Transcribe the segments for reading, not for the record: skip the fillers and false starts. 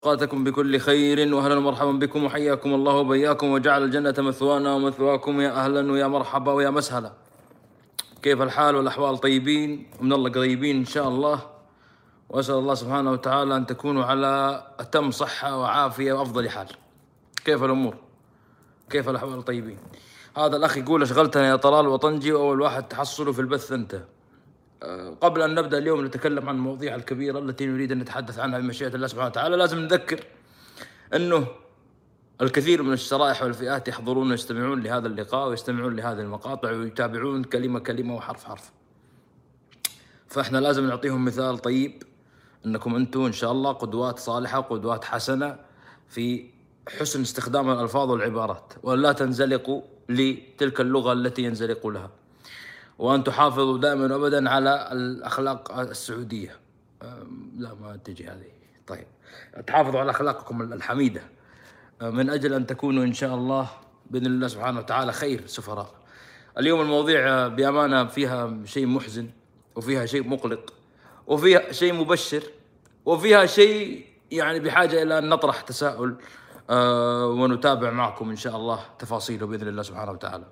أوقاتكم بكل خير، وأهلا ومرحبا بكم، وحياكم الله وبياكم، وجعل الجنة مثوانا ومثواكم. يا أهلا ويا مرحبا ويا مسهلا. كيف الحال والأحوال؟ طيبين ومن الله قريبين إن شاء الله، وأسأل الله سبحانه وتعالى أن تكونوا على أتم صحة وعافية وأفضل حال. كيف الأمور؟ كيف الأحوال؟ طيبين. هذا الأخ يقول: أشغلتنا يا طلال وطنجي، وأول واحد تحصله في البث أنت. قبل أن نبدأ اليوم نتكلم عن المواضيع الكبيرة التي نريد أن نتحدث عنها بمشيئة الله سبحانه وتعالى، لازم نذكر أنه الكثير من الشرائح والفئات يحضرون ويستمعون لهذا اللقاء ويستمعون لهذه المقاطع ويتابعون كلمة كلمة وحرف حرف، فإحنا لازم نعطيهم مثال طيب، أنكم أنتم إن شاء الله قدوات صالحة وقدوات حسنة في حسن استخدام الألفاظ والعبارات، ولا تنزلقوا لتلك اللغة التي ينزلقوا لها، وأن تحافظوا دائما وأبدا على الأخلاق السعودية. لا ما تجي هذه. طيب، تحافظوا على أخلاقكم الحميدة من أجل أن تكونوا إن شاء الله بإذن الله سبحانه وتعالى خير سفراء. اليوم المواضيع بأمانة فيها شيء محزن، وفيها شيء مقلق، وفيها شيء مبشر، وفيها شيء يعني بحاجة إلى أن نطرح تساؤل ونتابع معكم إن شاء الله تفاصيله بإذن الله سبحانه وتعالى.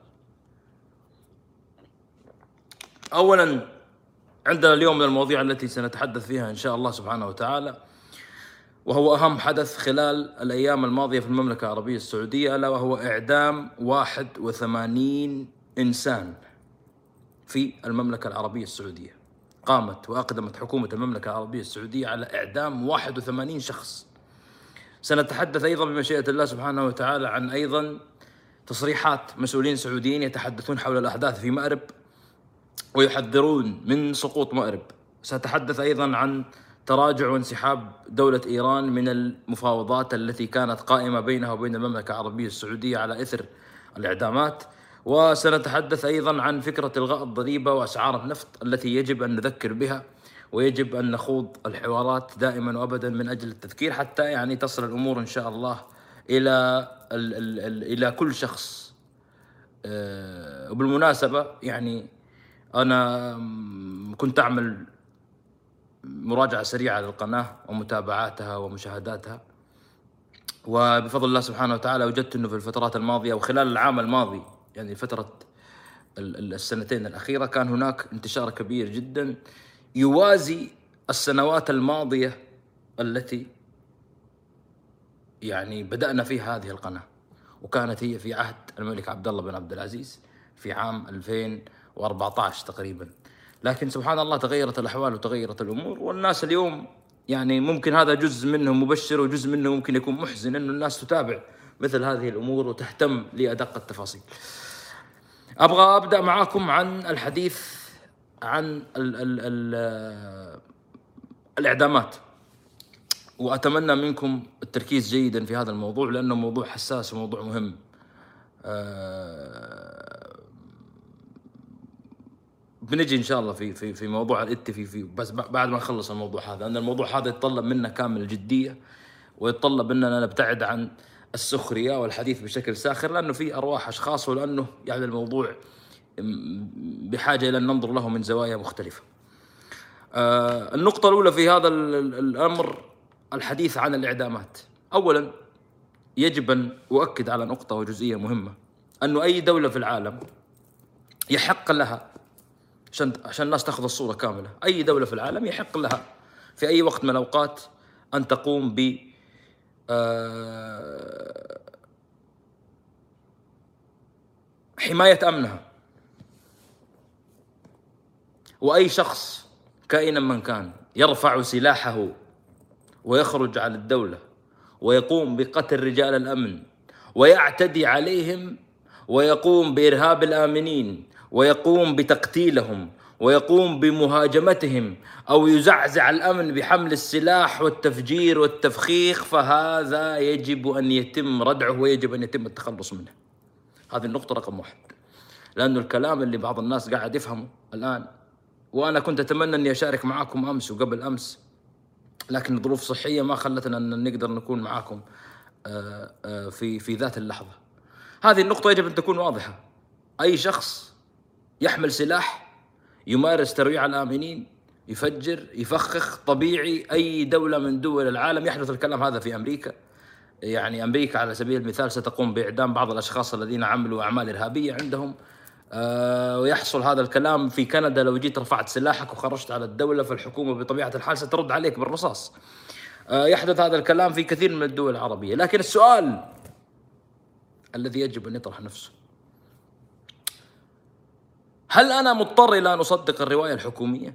أولا، عندنا اليوم من المواضيع التي سنتحدث فيها إن شاء الله سبحانه وتعالى، وهو أهم حدث خلال الأيام الماضية في المملكة العربية السعودية، ألا وهو إعدام 81 إنسان في المملكة العربية السعودية. قامت وأقدمت حكومة المملكة العربية السعودية على إعدام 81 شخص. سنتحدث أيضا بمشيئة الله سبحانه وتعالى عن أيضا تصريحات مسؤولين سعوديين يتحدثون حول الأحداث في مأرب ويحذرون من سقوط مأرب. سأتحدث أيضا عن تراجع وانسحاب دولة إيران من المفاوضات التي كانت قائمة بينها وبين المملكة العربية السعودية على إثر الإعدامات. وسنتحدث أيضا عن فكرة إلغاء الضريبة وأسعار النفط التي يجب أن نذكر بها، ويجب أن نخوض الحوارات دائما وأبدا من أجل التذكير، حتى يعني تصل الأمور إن شاء الله إلى كل شخص. وبالمناسبة يعني أنا كنت أعمل مراجعة سريعة للقناة ومتابعاتها ومشاهداتها، وبفضل الله سبحانه وتعالى وجدت أنه في الفترات الماضية وخلال العام الماضي، يعني فترة السنتين الأخيرة، كان هناك انتشار كبير جدا يوازي السنوات الماضية التي يعني بدأنا فيها هذه القناة، وكانت هي في عهد الملك عبد الله بن عبد العزيز في عام 2014 تقريبا. لكن سبحان الله تغيرت الأحوال وتغيرت الأمور، والناس اليوم يعني ممكن هذا جزء منه مبشر وجزء منه ممكن يكون محزن، أنه الناس تتابع مثل هذه الأمور وتهتم لأدق التفاصيل. أبغى أبدأ معاكم عن الحديث عن الإعدامات، وأتمنى منكم التركيز جيدا في هذا الموضوع لأنه موضوع حساس وموضوع مهم. بنجي إن شاء الله في موضوع الاتفاق بس بعد ما نخلص الموضوع هذا، لأن الموضوع هذا يتطلب منا كامل الجدية، ويتطلب أننا نبتعد عن السخرية والحديث بشكل ساخر، لأنه في أرواح أشخاص، ولأنه يعني الموضوع بحاجة إلى أن ننظر له من زوايا مختلفة. النقطة الأولى في هذا الأمر الحديث عن الإعدامات. أولا يجب أن أؤكد على نقطة وجزئية مهمة، أنه أي دولة في العالم يحق لها، عشان الناس تأخذ الصورة كاملة، أي دولة في العالم يحق لها في أي وقت من الأوقات أن تقوم ب حماية أمنها، وأي شخص كائنا من كان يرفع سلاحه ويخرج على الدولة ويقوم بقتل رجال الأمن ويعتدي عليهم ويقوم بإرهاب الآمنين ويقوم بتقتيلهم ويقوم بمهاجمتهم أو يزعزع الأمن بحمل السلاح والتفجير والتفخيخ، فهذا يجب أن يتم ردعه ويجب أن يتم التخلص منه. هذه النقطة رقم 1، لأنه الكلام اللي بعض الناس قاعد يفهمه الآن، وأنا كنت أتمنى أني أشارك معكم أمس وقبل أمس، لكن ظروف صحية ما خلتنا أن نقدر نكون معكم في ذات اللحظة. هذه النقطة يجب أن تكون واضحة. أي شخص يحمل سلاح يمارس ترويع الآمنين، يفجر يفخخ طبيعي أي دولة من دول العالم. يحدث الكلام هذا في أمريكا، يعني أمريكا على سبيل المثال ستقوم بإعدام بعض الأشخاص الذين عملوا أعمال إرهابية عندهم، ويحصل هذا الكلام في كندا. لو جيت رفعت سلاحك وخرجت على الدولة فالحكومة بطبيعة الحال سترد عليك بالرصاص. يحدث هذا الكلام في كثير من الدول العربية. لكن السؤال الذي يجب أن يطرح نفسه، هل أنا مضطر إلى أن أصدق الرواية الحكومية؟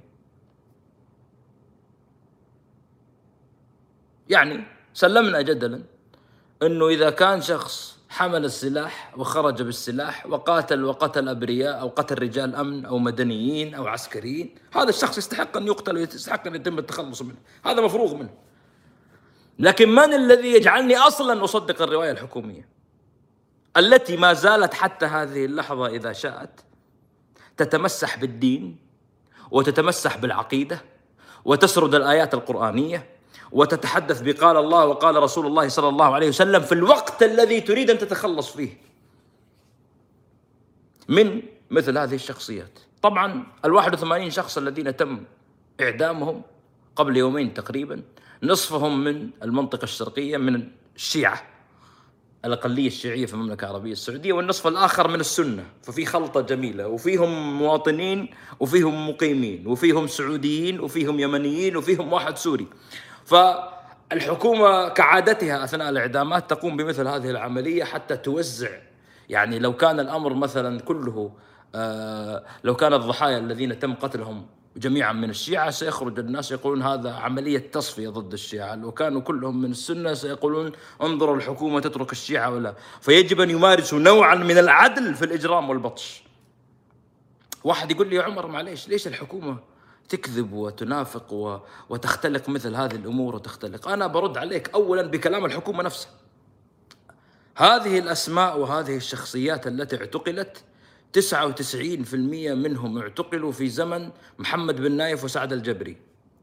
يعني سلمنا جدلا أنه إذا كان شخص حمل السلاح وخرج بالسلاح وقتل أبرياء أو قتل رجال أمن أو مدنيين أو عسكريين، هذا الشخص يستحق أن يقتل ويستحق أن يتم التخلص منه، هذا مفروغ منه. لكن من الذي يجعلني أصلا أصدق الرواية الحكومية التي ما زالت حتى هذه اللحظة إذا شاءت تتمسح بالدين وتتمسح بالعقيدة وتسرد الآيات القرآنية وتتحدث بقال الله وقال رسول الله صلى الله عليه وسلم في الوقت الذي تريد أن تتخلص فيه من مثل هذه الشخصيات؟ طبعا 81 شخص الذين تم إعدامهم قبل يومين تقريبا، نصفهم من المنطقة الشرقية من الشيعة، الأقلية الشيعية في المملكة العربية السعودية، والنصف الآخر من السنة. ففي خلطة جميلة، وفيهم مواطنين وفيهم مقيمين وفيهم سعوديين وفيهم يمنيين وفيهم واحد سوري. فالحكومة كعادتها أثناء الإعدامات تقوم بمثل هذه العملية حتى توزع. يعني لو كان الأمر مثلا كله لو كان الضحايا الذين تم قتلهم جميعا من الشيعة سيخرج الناس يقولون هذا عملية تصفية ضد الشيعة، لو كانوا كلهم من السنة سيقولون انظروا الحكومة تترك الشيعة ولا. فيجب أن يمارسوا نوعا من العدل في الإجرام والبطش. واحد يقول لي يا عمر معليش ليش الحكومة تكذب وتنافق وتختلق مثل هذه الأمور وتختلق؟ أنا برد عليك أولا بكلام الحكومة نفسها. هذه الأسماء وهذه الشخصيات التي اعتقلت 99% منهم اعتقلوا في زمن محمد بن نايف وسعد الجبري.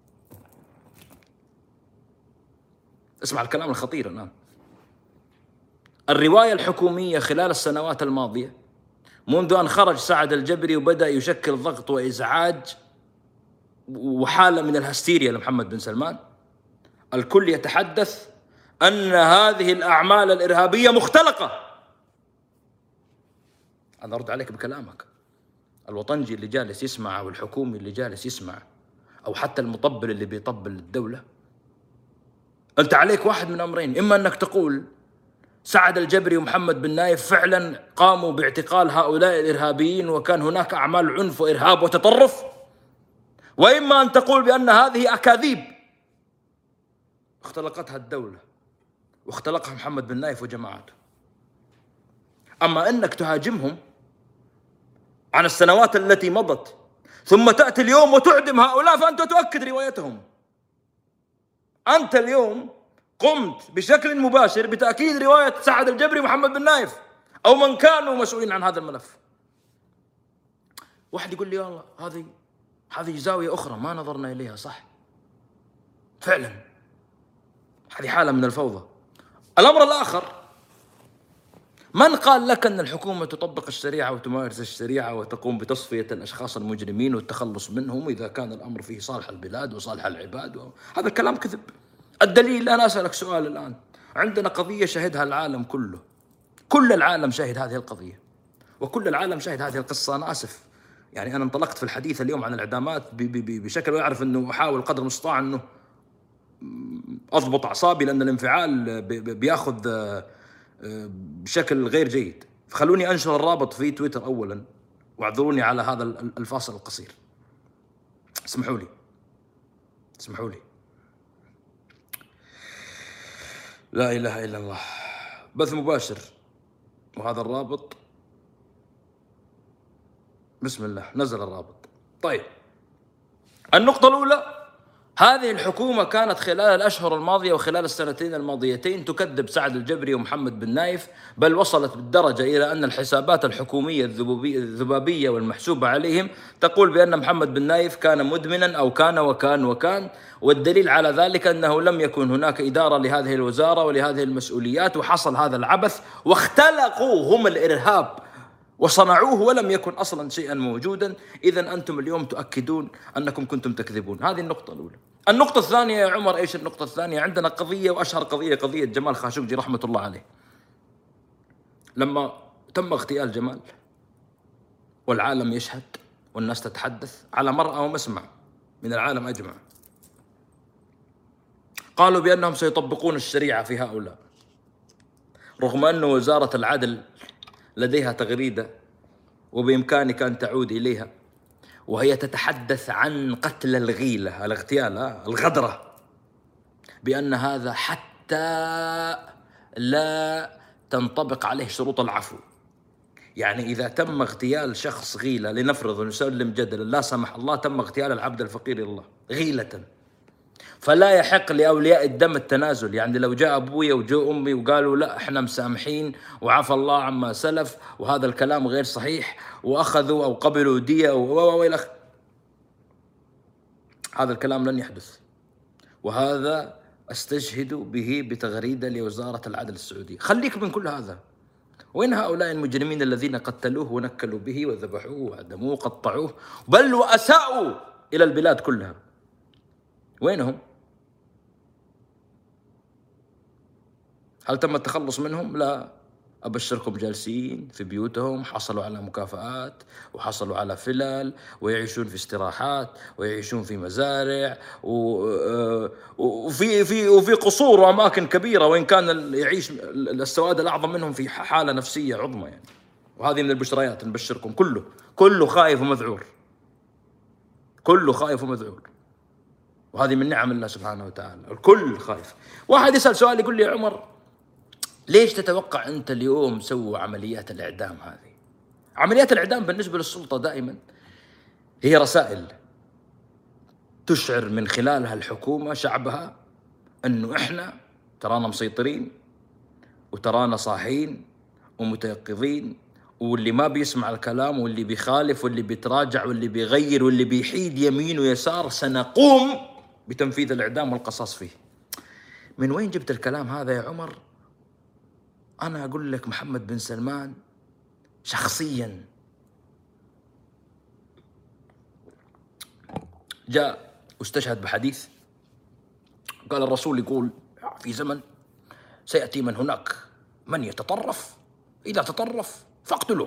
اسمع الكلام الخطير الآن. الرواية الحكومية خلال السنوات الماضية منذ أن خرج سعد الجبري وبدأ يشكل ضغط وإزعاج وحالة من الهستيريا لمحمد بن سلمان، الكل يتحدث أن هذه الأعمال الإرهابية مختلقة. أنا أرد عليك بكلامك. الوطنجي اللي جالس يسمع أو الحكومي اللي جالس يسمع أو حتى المطبل اللي بيطبل الدولة، أنت عليك واحد من أمرين: إما أنك تقول سعد الجبري ومحمد بن نايف فعلا قاموا باعتقال هؤلاء الإرهابيين وكان هناك أعمال عنف وإرهاب وتطرف، وإما أن تقول بأن هذه أكاذيب اختلقتها الدولة واختلقها محمد بن نايف وجماعته. أما أنك تهاجمهم عن السنوات التي مضت ثم تأتي اليوم وتعدم هؤلاء فأنت تؤكد روايتهم. أنت اليوم قمت بشكل مباشر بتأكيد رواية سعد الجبري ومحمد بن نايف أو من كانوا مسؤولين عن هذا الملف. واحد يقول لي والله هذه زاوية أخرى ما نظرنا إليها. صح فعلا، هذه حالة من الفوضى. الأمر الآخر: من قال لك أن الحكومة تطبق الشريعة وتمارس الشريعة وتقوم بتصفية الأشخاص المجرمين والتخلص منهم إذا كان الأمر فيه صالح البلاد وصالح العباد؟ هذا الكلام كذب. الدليل، أنا أسألك سؤال الآن. عندنا قضية شهدها العالم كله، كل العالم شهد هذه القضية وكل العالم شهد هذه القصة. أنا آسف يعني أنا انطلقت في الحديث اليوم عن الإعدامات بشكل ويعرف أنه أحاول قدر المستطاع أنه أضبط أعصابي لأن الانفعال بياخذ بشكل غير جيد. فخلوني أنشر الرابط في تويتر أولا، واعذروني على هذا الفاصل القصير. اسمحوا لي. لا إله إلا الله. بث مباشر، وهذا الرابط. بسم الله، نزل الرابط. طيب، النقطة الأولى: هذه الحكومة كانت خلال الأشهر الماضية وخلال السنتين الماضيتين تكذب سعد الجبري ومحمد بن نايف، بل وصلت بالدرجة إلى أن الحسابات الحكومية الذبابية والمحسوبة عليهم تقول بأن محمد بن نايف كان مدمنا أو كان وكان. والدليل على ذلك أنه لم يكن هناك إدارة لهذه الوزارة ولهذه المسؤوليات، وحصل هذا العبث واختلقوا هم الإرهاب وصنعوه ولم يكن أصلا شيئا موجودا. إذا أنتم اليوم تؤكدون أنكم كنتم تكذبون. هذه النقطة الأولى. النقطة الثانية يا عمر، إيش النقطة الثانية؟ عندنا قضية، وأشهر قضية قضية جمال خاشقجي رحمة الله عليه. لما تم اغتيال جمال والعالم يشهد والناس تتحدث على مرأى ومسمع من العالم أجمع، قالوا بأنهم سيطبقون الشريعة في هؤلاء، رغم أن وزارة العدل لديها تغريدة وبإمكانك أن تعود إليها، وهي تتحدث عن قتل الغيلة، الاغتيال، الغدرة، بأن هذا حتى لا تنطبق عليه شروط العفو. يعني إذا تم اغتيال شخص غيلة، لنفرض ونسلم جدلا لا سمح الله تم اغتيال العبد الفقير إلى الله غيلة، فلا يحق لأولياء الدم التنازل. يعني لو جاء أبوي وجاء أمي وقالوا لا إحنا مسامحين وعفى الله عما سلف وهذا الكلام غير صحيح، وأخذوا أو قبلوا دية وإلى هذا الكلام لن يحدث. وهذا أستشهد به بتغريدة لوزارة العدل السعودية. خليك من كل هذا. وين هؤلاء المجرمين الذين قتلوه ونكلوا به وذبحوه وعدموه وقطعوه بل وأساءوا إلى البلاد كلها؟ وينهم؟ هل تم التخلص منهم؟ لا. أبشركم جالسين في بيوتهم، حصلوا على مكافآت وحصلوا على فلل، ويعيشون في استراحات ويعيشون في مزارع وفي قصور وأماكن كبيرة، وإن كان يعيش السواد الأعظم منهم في حالة نفسية عظمى يعني. وهذه من البشريات، نبشركم كله خائف ومذعور، كله خائف ومذعور، وهذه من نعم الله سبحانه وتعالى. الكل خايف. واحد يسأل سؤال يقول لي يا عمر ليش تتوقع أنت اليوم سووا عمليات الإعدام هذه؟ عمليات الإعدام بالنسبة للسلطة دائما هي رسائل تشعر من خلالها الحكومة شعبها أنه إحنا ترانا مسيطرين وترانا صاحين ومتيقظين، واللي ما بيسمع الكلام واللي بيخالف واللي بيتراجع واللي بيغير واللي بيحيد يمين ويسار سنقوم بتنفيذ الإعدام والقصاص فيه. من وين جبت الكلام هذا يا عمر؟ أنا أقول لك محمد بن سلمان شخصيا جاء واستشهد بحديث قال الرسول يقول في زمن سيأتي من هناك من يتطرف، إذا تطرف فاقتله.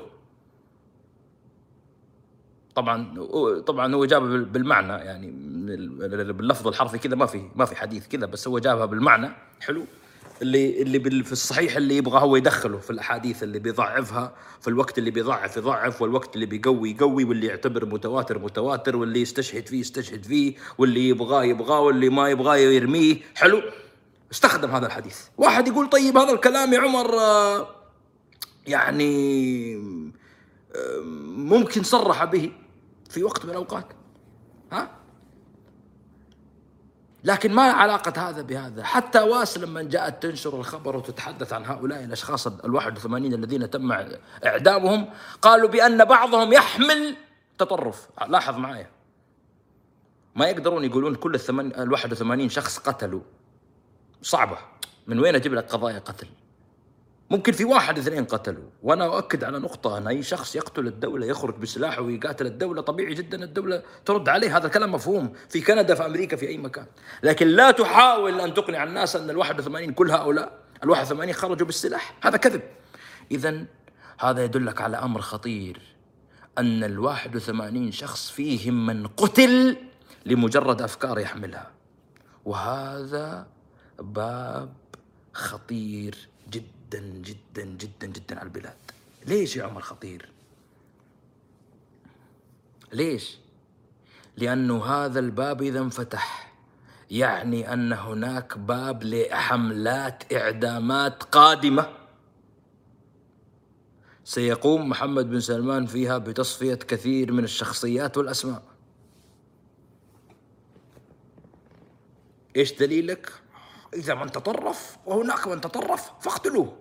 طبعا هو جابها بالمعنى، يعني باللفظ الحرفي كذا ما في حديث كذا، بس هو جابها بالمعنى. حلو. اللي في الصحيح اللي يبغى هو يدخله في الأحاديث، اللي بيضعفها في الوقت اللي بيضعف يضعف، والوقت اللي بيقوي يقوي، واللي يعتبر متواتر، واللي يستشهد فيه، واللي يبغاه واللي ما يبغاه يرميه. حلو. استخدم هذا الحديث. واحد يقول طيب هذا الكلام يا عمر يعني ممكن صرح به في وقت من الأوقات، لكن ما علاقة هذا بهذا. حتى واس لما جاءت تنشر الخبر وتتحدث عن هؤلاء الأشخاص 81 الذين تم إعدامهم، قالوا بأن بعضهم يحمل تطرف. لاحظ معايا، ما يقدرون يقولون كل 81 شخص قتلوا، صعبة. من وين أجيب لك قضايا قتل؟ ممكن في 1 2 قتلوا. وأنا أؤكد على نقطة، أن أي شخص يقتل الدولة يخرج بسلاحه ويقاتل الدولة طبيعي جدا الدولة ترد عليه، هذا الكلام مفهوم في كندا في أمريكا في أي مكان. لكن لا تحاول أن تقنع الناس أن 81 كل هؤلاء 81 خرجوا بالسلاح، هذا كذب. إذن هذا يدلك على أمر خطير، أن 81 شخص فيهم من قتل لمجرد أفكار يحملها، وهذا باب خطير جدا جدا جدا جدا على البلاد. ليش يا عمر خطير؟ ليش؟ لأنه هذا الباب إذا انفتح يعني أن هناك باب لحملات إعدامات قادمة سيقوم محمد بن سلمان فيها بتصفية كثير من الشخصيات والأسماء. إيش دليلك؟ إذا من تطرف وهناك من تطرف فاقتلوه.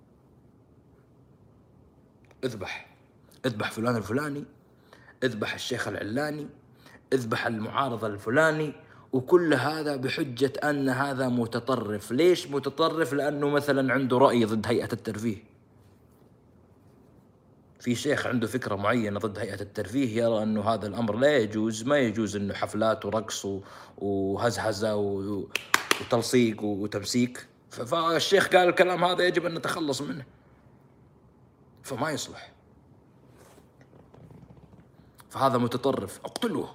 اذبح فلان الفلاني، اذبح الشيخ العلاني، اذبح المعارض الفلاني، وكل هذا بحجة أن هذا متطرف. ليش متطرف؟ لأنه مثلا عنده رأي ضد هيئة الترفيه. في شيخ عنده فكرة معينة ضد هيئة الترفيه، يرى أنه هذا الأمر لا يجوز، ما يجوز أنه حفلات ورقص وهزهزة وتلصيق وتمسيك، فالشيخ قال الكلام هذا يجب أن نتخلص منه، فما يصلح، فهذا متطرف اقتلوه.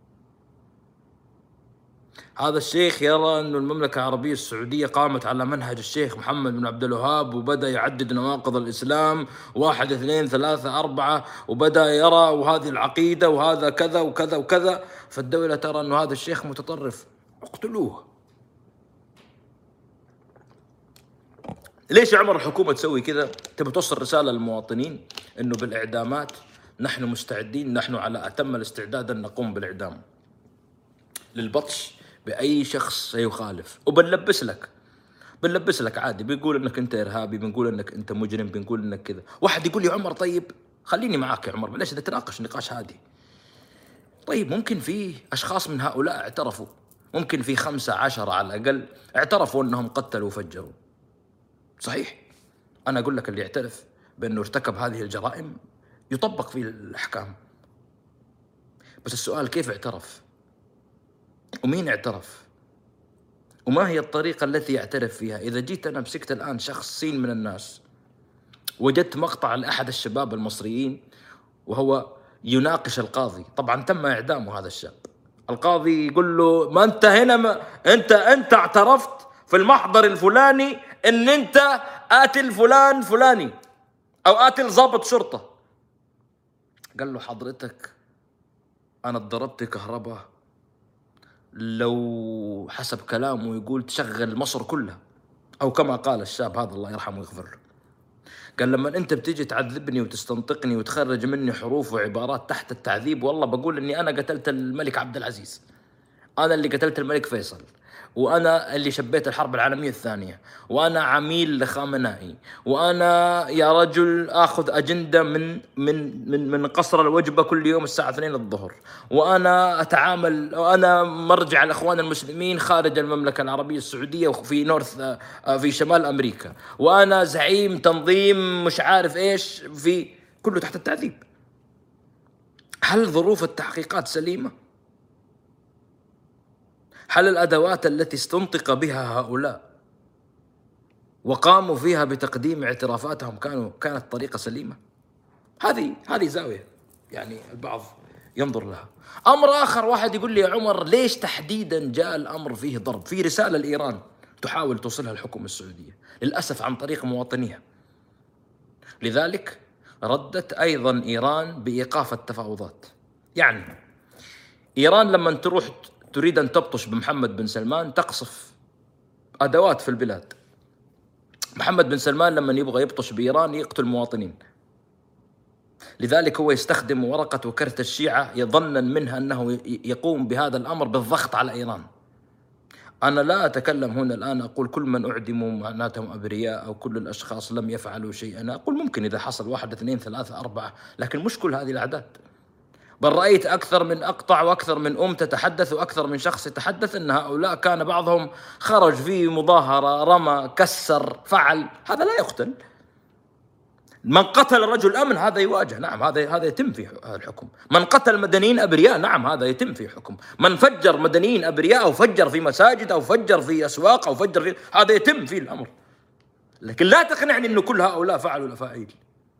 هذا الشيخ يرى أن المملكة العربية السعودية قامت على منهج الشيخ محمد بن عبد الوهاب، وبدأ يعدد نواقض الإسلام 1 2 3 4، وبدأ يرى وهذه العقيدة وهذا كذا وكذا وكذا، فالدولة ترى أن هذا الشيخ متطرف اقتلوه. ليش يا عمر الحكومة تسوي كذا؟ تبي توصل رسالة للمواطنين أنه بالإعدامات نحن مستعدين، نحن على أتم الاستعداد أن نقوم بالإعدام للبطش بأي شخص سيخالف، وبنلبس لك عادي، بيقول انك انت ارهابي، بنقول انك انت مجرم، بنقول انك كذا. واحد يقول لي عمر طيب خليني معاك يا عمر، ليش نتناقش نقاش هادي؟ طيب ممكن في اشخاص من هؤلاء اعترفوا، ممكن في 5 10 على الاقل اعترفوا انهم قتلوا وفجروا، صحيح؟ انا اقول لك اللي يعترف بانه ارتكب هذه الجرائم يطبق فيه الاحكام، بس السؤال كيف اعترف؟ ومين اعترف؟ وما هي الطريقة التي يعترف فيها؟ إذا جيت أنا مسكت الآن شخصين من الناس، وجدت مقطع لأحد الشباب المصريين وهو يناقش القاضي، طبعا تم إعدامه هذا الشاب، القاضي يقول له ما أنت هنا، ما أنت اعترفت في المحضر الفلاني إن أنت قاتل فلان فلاني أو قاتل ضابط شرطة. قال له حضرتك أنا اتضربت كهرباء لو حسب كلامه يقول تشغل مصر كلها، أو كما قال الشاب هذا الله يرحمه ويغفر له، قال لما أنت بتيجي تعذبني وتستنطقني وتخرج مني حروف وعبارات تحت التعذيب، والله بقول إني أنا قتلت الملك عبد العزيز، أنا اللي قتلت الملك فيصل، وأنا اللي شبيت الحرب العالمية الثانية، وأنا عميل لخامنائي، وأنا يا رجل آخذ أجندة من قصر الوجبة كل يوم الساعة 2 الظهر، وأنا أتعامل، وأنا مرجع الأخوان المسلمين خارج المملكة العربية السعودية وفي في شمال أمريكا، وأنا زعيم تنظيم مش عارف إيش، في كله تحت التعذيب. هل ظروف التحقيقات سليمة؟ هل الأدوات التي استنطق بها هؤلاء وقاموا فيها بتقديم اعترافاتهم كانت طريقة سليمة؟ هذه زاوية يعني البعض ينظر لها. أمر آخر، واحد يقول لي يا عمر ليش تحديدا جاء الأمر فيه ضرب؟ في رسالة لإيران تحاول توصلها الحكومة السعودية للأسف عن طريق مواطنيها، لذلك ردت أيضا إيران بإيقاف التفاوضات. يعني إيران لما تروح تريد أن تبطش بمحمد بن سلمان تقصف أدوات في البلاد. محمد بن سلمان لما يبغى يبطش بإيران يقتل مواطنين، لذلك هو يستخدم ورقة وكرت الشيعة يظنا منها أنه يقوم بهذا الأمر بالضغط على إيران. أنا لا أتكلم هنا الآن أقول كل من أعدموا معناتهم أبرياء أو كل الأشخاص لم يفعلوا شيئا، أنا أقول ممكن إذا حصل 1 2 3 4، لكن مش كل هذه الأعداد. بل رأيت أكثر من أقطع وأكثر من تتحدث وأكثر من شخص يتحدث أن هؤلاء كان بعضهم خرج في مظاهرة، رمى، كسر، فعل، هذا لا يقتل. من قتل رجل أمن هذا يواجه، نعم هذا يتم في الحكم. من قتل مدنيين أبرياء نعم هذا يتم في حكم. من فجر مدنيين أبرياء أو فجر في مساجد أو فجر في أسواق أو فجر في، هذا يتم فيه الأمر. لكن لا تقنعني أنه كل هؤلاء فعلوا الأفاعيل.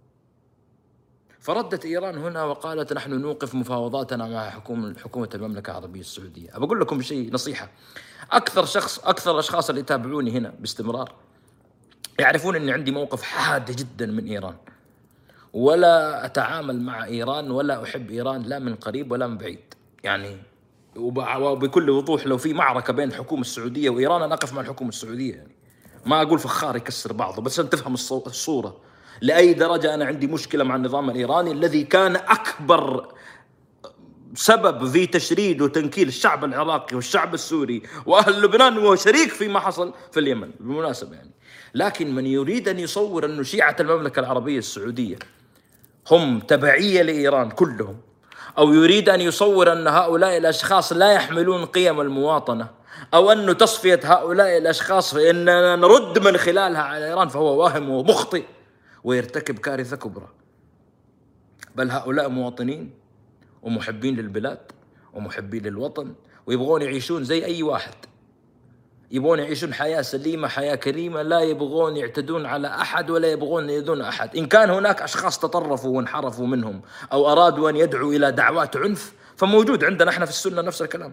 فردت إيران هنا وقالت نحن نوقف مفاوضاتنا مع حكومة المملكة العربية السعودية. أقول لكم شيء نصيحة، أكثر الأشخاص اللي يتابعوني هنا باستمرار يعرفون أني عندي موقف حاد جدا من إيران، ولا أتعامل مع إيران ولا أحب إيران لا من قريب ولا من بعيد. يعني وبكل وضوح لو في معركة بين الحكومة السعودية وإيران أنا أقف مع الحكومة السعودية، يعني ما أقول فخار يكسر بعضه، بس أن تفهم الصورة لأي درجة أنا عندي مشكلة مع النظام الإيراني الذي كان أكبر سبب في تشريد وتنكيل الشعب العراقي والشعب السوري وأهل لبنان، وشريك فيما حصل في اليمن بالمناسبة يعني. لكن من يريد أن يصور أن شيعة المملكة العربية السعودية هم تبعية لإيران كلهم، أو يريد أن يصور أن هؤلاء الأشخاص لا يحملون قيم المواطنة، أو أن تصفية هؤلاء الأشخاص فإننا نرد من خلالها على إيران، فهو واهم ومخطئ ويرتكب كارثة كبرى. بل هؤلاء مواطنين ومحبين للبلاد ومحبين للوطن، ويبغون يعيشون زي أي واحد، يبغون يعيشون حياة سليمة، حياة كريمة، لا يبغون يعتدون على أحد ولا يبغون يؤذون أحد. إن كان هناك أشخاص تطرفوا وانحرفوا منهم أو أرادوا أن يدعوا إلى دعوات عنف فموجود عندنا احنا في السنة نفس الكلام.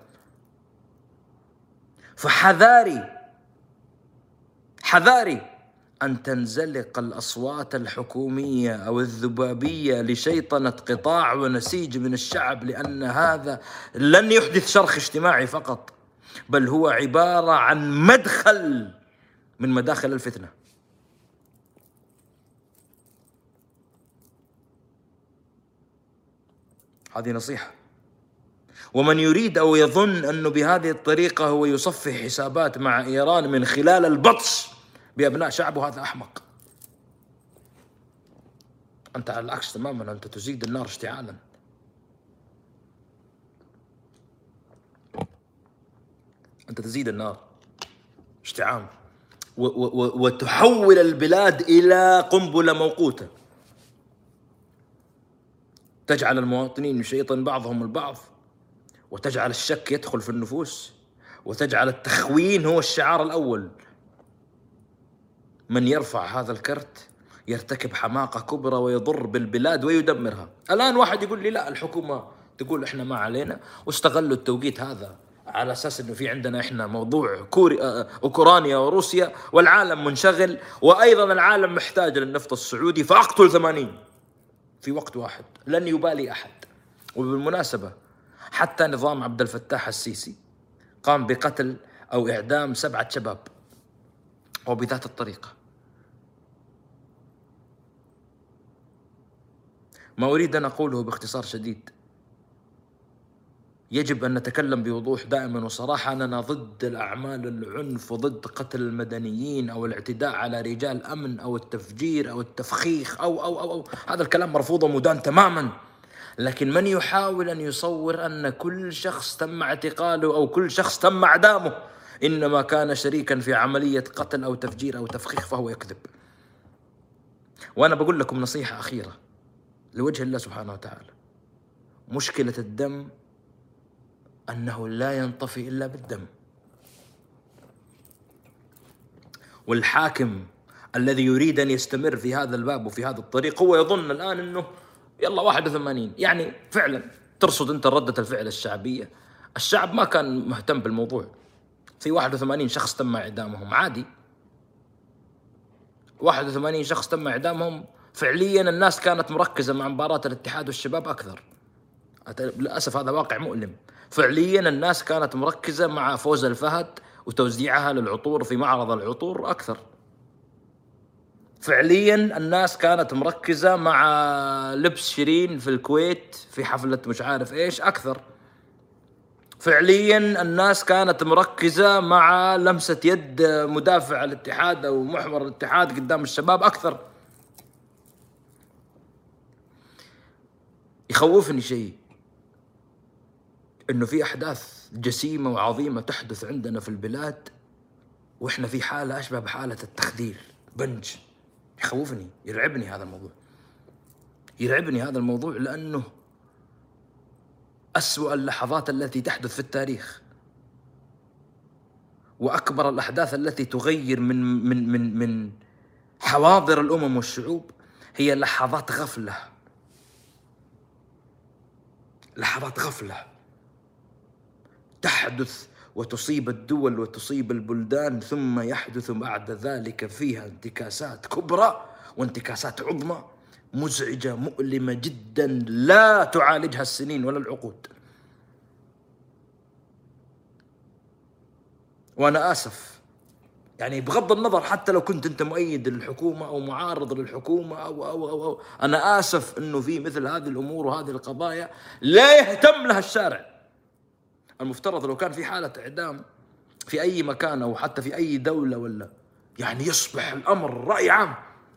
فحذاري أن تنزلق الأصوات الحكومية أو الذبابية لشيطنة قطاع ونسيج من الشعب، لأن هذا لن يحدث شرخ اجتماعي فقط، بل هو عبارة عن مدخل من مداخل الفتنة. هذه نصيحة. ومن يريد أو يظن أنه بهذه الطريقة هو يصفي حسابات مع إيران من خلال البطش بأبناء شعبه، هذا أحمق. أنت على العكس تماما، أنت تزيد النار اشتعالا. أنت تزيد النار اشتعال وتحول البلاد إلى قنبلة موقوتة، تجعل المواطنين يشيطن بعضهم البعض، وتجعل الشك يدخل في النفوس، وتجعل التخوين هو الشعار الأول. من يرفع هذا الكرت يرتكب حماقة كبرى ويضر بالبلاد ويدمرها. الآن واحد يقول لي لا، الحكومة تقول إحنا ما علينا، واستغلوا التوقيت هذا على أساس إنه في عندنا إحنا موضوع أوكرانيا وروسيا والعالم منشغل، وأيضا العالم محتاج للنفط السعودي، فأقتل 80 في وقت واحد لن يبالي أحد. وبالمناسبة حتى نظام عبد الفتاح السيسي قام بقتل أو إعدام 7 شباب وبذات الطريقة. ما أريد أن أقوله باختصار شديد، يجب أن نتكلم بوضوح دائما وصراحة أننا ضد الأعمال العنف وضد قتل المدنيين أو الاعتداء على رجال أمن أو التفجير أو التفخيخ أو هذا الكلام مرفوض ومدان تماما. لكن من يحاول أن يصور أن كل شخص تم اعتقاله أو كل شخص تم إعدامه إنما كان شريكا في عملية قتل أو تفجير أو تفخيخ فهو يكذب. وأنا بقول لكم نصيحة أخيرة لوجه الله سبحانه وتعالى، مشكلة الدم أنه لا ينطفي إلا بالدم. والحاكم الذي يريد أن يستمر في هذا الباب وفي هذا الطريق هو يظن الآن أنه يلا 81، يعني فعلا ترصد أنت ردة الفعل الشعبية، الشعب ما كان مهتم بالموضوع. في 81 شخص تم إعدامهم عادي، 81 شخص تم إعدامهم فعليا. الناس كانت مركزة مع مباراة الاتحاد والشباب أكثر، للأسف هذا واقع مؤلم. فعليا الناس كانت مركزة مع فوز الفهد وتوزيعها للعطور في معرض العطور أكثر. فعليا الناس كانت مركزة مع لبس شيرين في الكويت في حفلة مش عارف إيش أكثر. فعليا الناس كانت مركزة مع لمسة يد مدافع الاتحاد أو محور الاتحاد قدام الشباب أكثر. يخوفني شيء إنه في أحداث جسيمة وعظيمة تحدث عندنا في البلاد وإحنا في حالة أشبه بحالة التخدير، بنج. يخوفني، يرعبني هذا الموضوع، يرعبني هذا الموضوع، لأنه أسوأ اللحظات التي تحدث في التاريخ وأكبر الأحداث التي تغير من حواضر الأمم والشعوب هي لحظات غفلة، لحظات غفلة تحدث وتصيب الدول وتصيب البلدان، ثم يحدث بعد ذلك فيها انتكاسات كبرى وانتكاسات عظمى مزعجة مؤلمة جدا لا تعالجها السنين ولا العقود. وأنا آسف، يعني بغض النظر حتى لو كنت أنت مؤيد للحكومة أو معارض للحكومة أو أنا آسف أنه في مثل هذه الأمور وهذه القضايا لا يهتم لها الشارع. المفترض لو كان في حالة إعدام في أي مكان أو حتى في أي دولة ولا يعني يصبح الأمر رأي عام،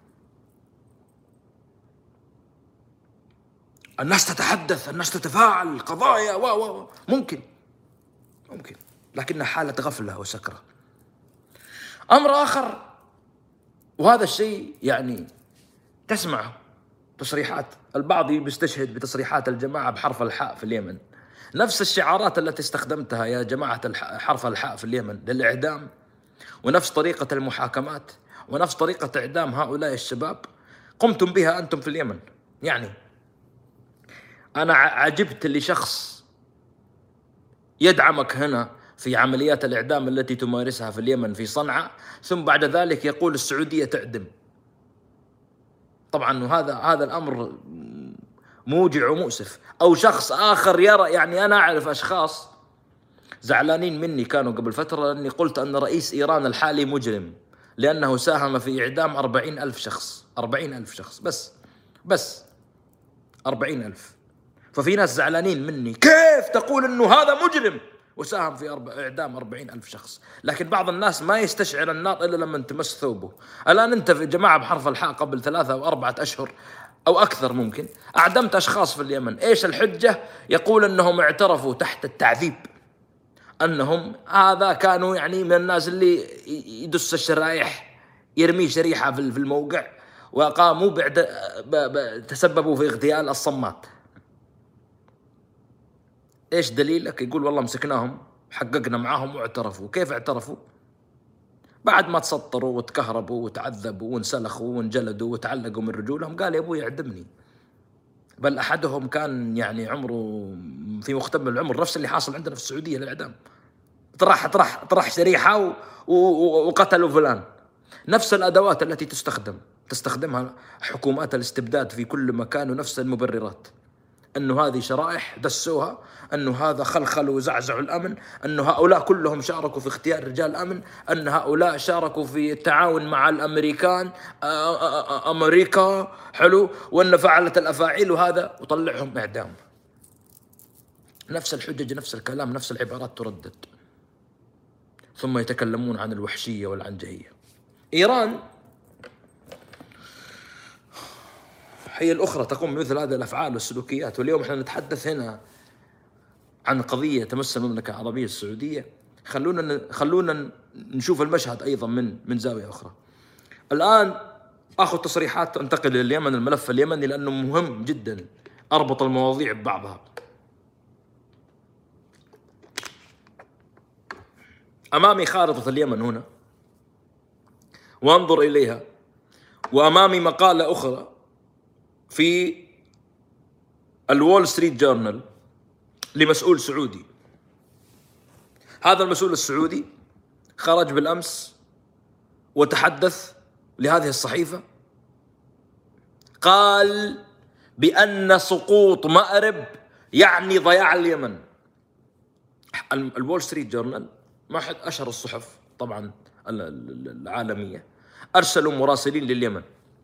الناس تتحدث، الناس تتفاعل، قضايا ممكن، لكنها حالة غفلة وسكرة. أمر آخر، وهذا الشيء يعني تصريحات البعض بيستشهد بتصريحات الجماعة بحرف الحاء في اليمن، نفس الشعارات التي استخدمتها يا جماعة حرف الحاء في اليمن للإعدام، ونفس طريقة المحاكمات، ونفس طريقة إعدام هؤلاء الشباب قمتم بها أنتم في اليمن. يعني أنا عجبت لشخص يدعمك هنا في عمليات الإعدام التي تمارسها في اليمن في صنعاء، ثم بعد ذلك يقول السعودية تعدم. طبعا هذا الأمر موجع ومؤسف. أو شخص آخر يرى، يعني أنا أعرف أشخاص زعلانين مني كانوا قبل فترة لأني قلت أن رئيس إيران الحالي مجرم لأنه ساهم في إعدام 40,000 شخص. 40,000 شخص بس 40,000. ففي ناس زعلانين مني، كيف تقول أنه هذا مجرم وساهم في إعدام 40,000 شخص؟ لكن بعض الناس ما يستشعر النار إلا لما تمس ثوبه. الآن أنت في جماعة بحرف الحاء قبل 3 أو 4 أشهر أو أكثر ممكن أعدمت أشخاص في اليمن. إيش الحجة؟ يقول أنهم اعترفوا تحت التعذيب أنهم هذا كانوا يعني من الناس اللي يدس الشرائح، يرمي شريحة في الموقع، وقاموا تسببوا في اغتيال الصمات. إيش دليلك؟ يقول والله مسكناهم، حققنا معاهم واعترفوا. كيف اعترفوا؟ بعد ما تسطروا وتكهربوا وتعذبوا وانسلخوا وانجلدوا وتعلقوا من رجولهم، قال يا أبوي اعدمني. بل أحدهم كان يعني عمره في مقتبل العمر نفس اللي حاصل عندنا في السعودية للإعدام. طرح شريحة وقتلوا فلان. نفس الأدوات التي تستخدمها حكومات الاستبداد في كل مكان، ونفس المبررات، أنه هذه شرائح دسوها، أنه هذا خلخلوا وزعزعوا الأمن، أنه هؤلاء كلهم شاركوا في اختيار رجال الأمن، أن هؤلاء شاركوا في التعاون مع الأمريكان، أمريكا حلو، وأن فعلت الأفاعيل، وهذا وطلعهم إعدام. نفس الحجج، نفس الكلام، نفس العبارات تردد، ثم يتكلمون عن الوحشية والعنجهية. إيران هي الأخرى تقوم بمثل هذه الأفعال والسلوكيات. واليوم احنا نتحدث هنا عن قضية تمس المملكة العربية السعودية. خلونا نشوف المشهد أيضا من زاوية أخرى. الآن أخذ تصريحات، أنتقل لليمن، الملف اليمني، لأنه مهم جدا، أربط المواضيع ببعضها. أمامي خارطة اليمن هنا، وانظر إليها، وأمامي مقالة أخرى في الوول ستريت جورنال لمسؤول سعودي. هذا المسؤول السعودي خرج بالأمس وتحدث لهذه الصحيفة، قال بأن سقوط مأرب يعني ضياع اليمن. الوول ستريت جورنال ما أحد أشهر الصحف طبعا العالمية أرسلوا مراسلين لليمن،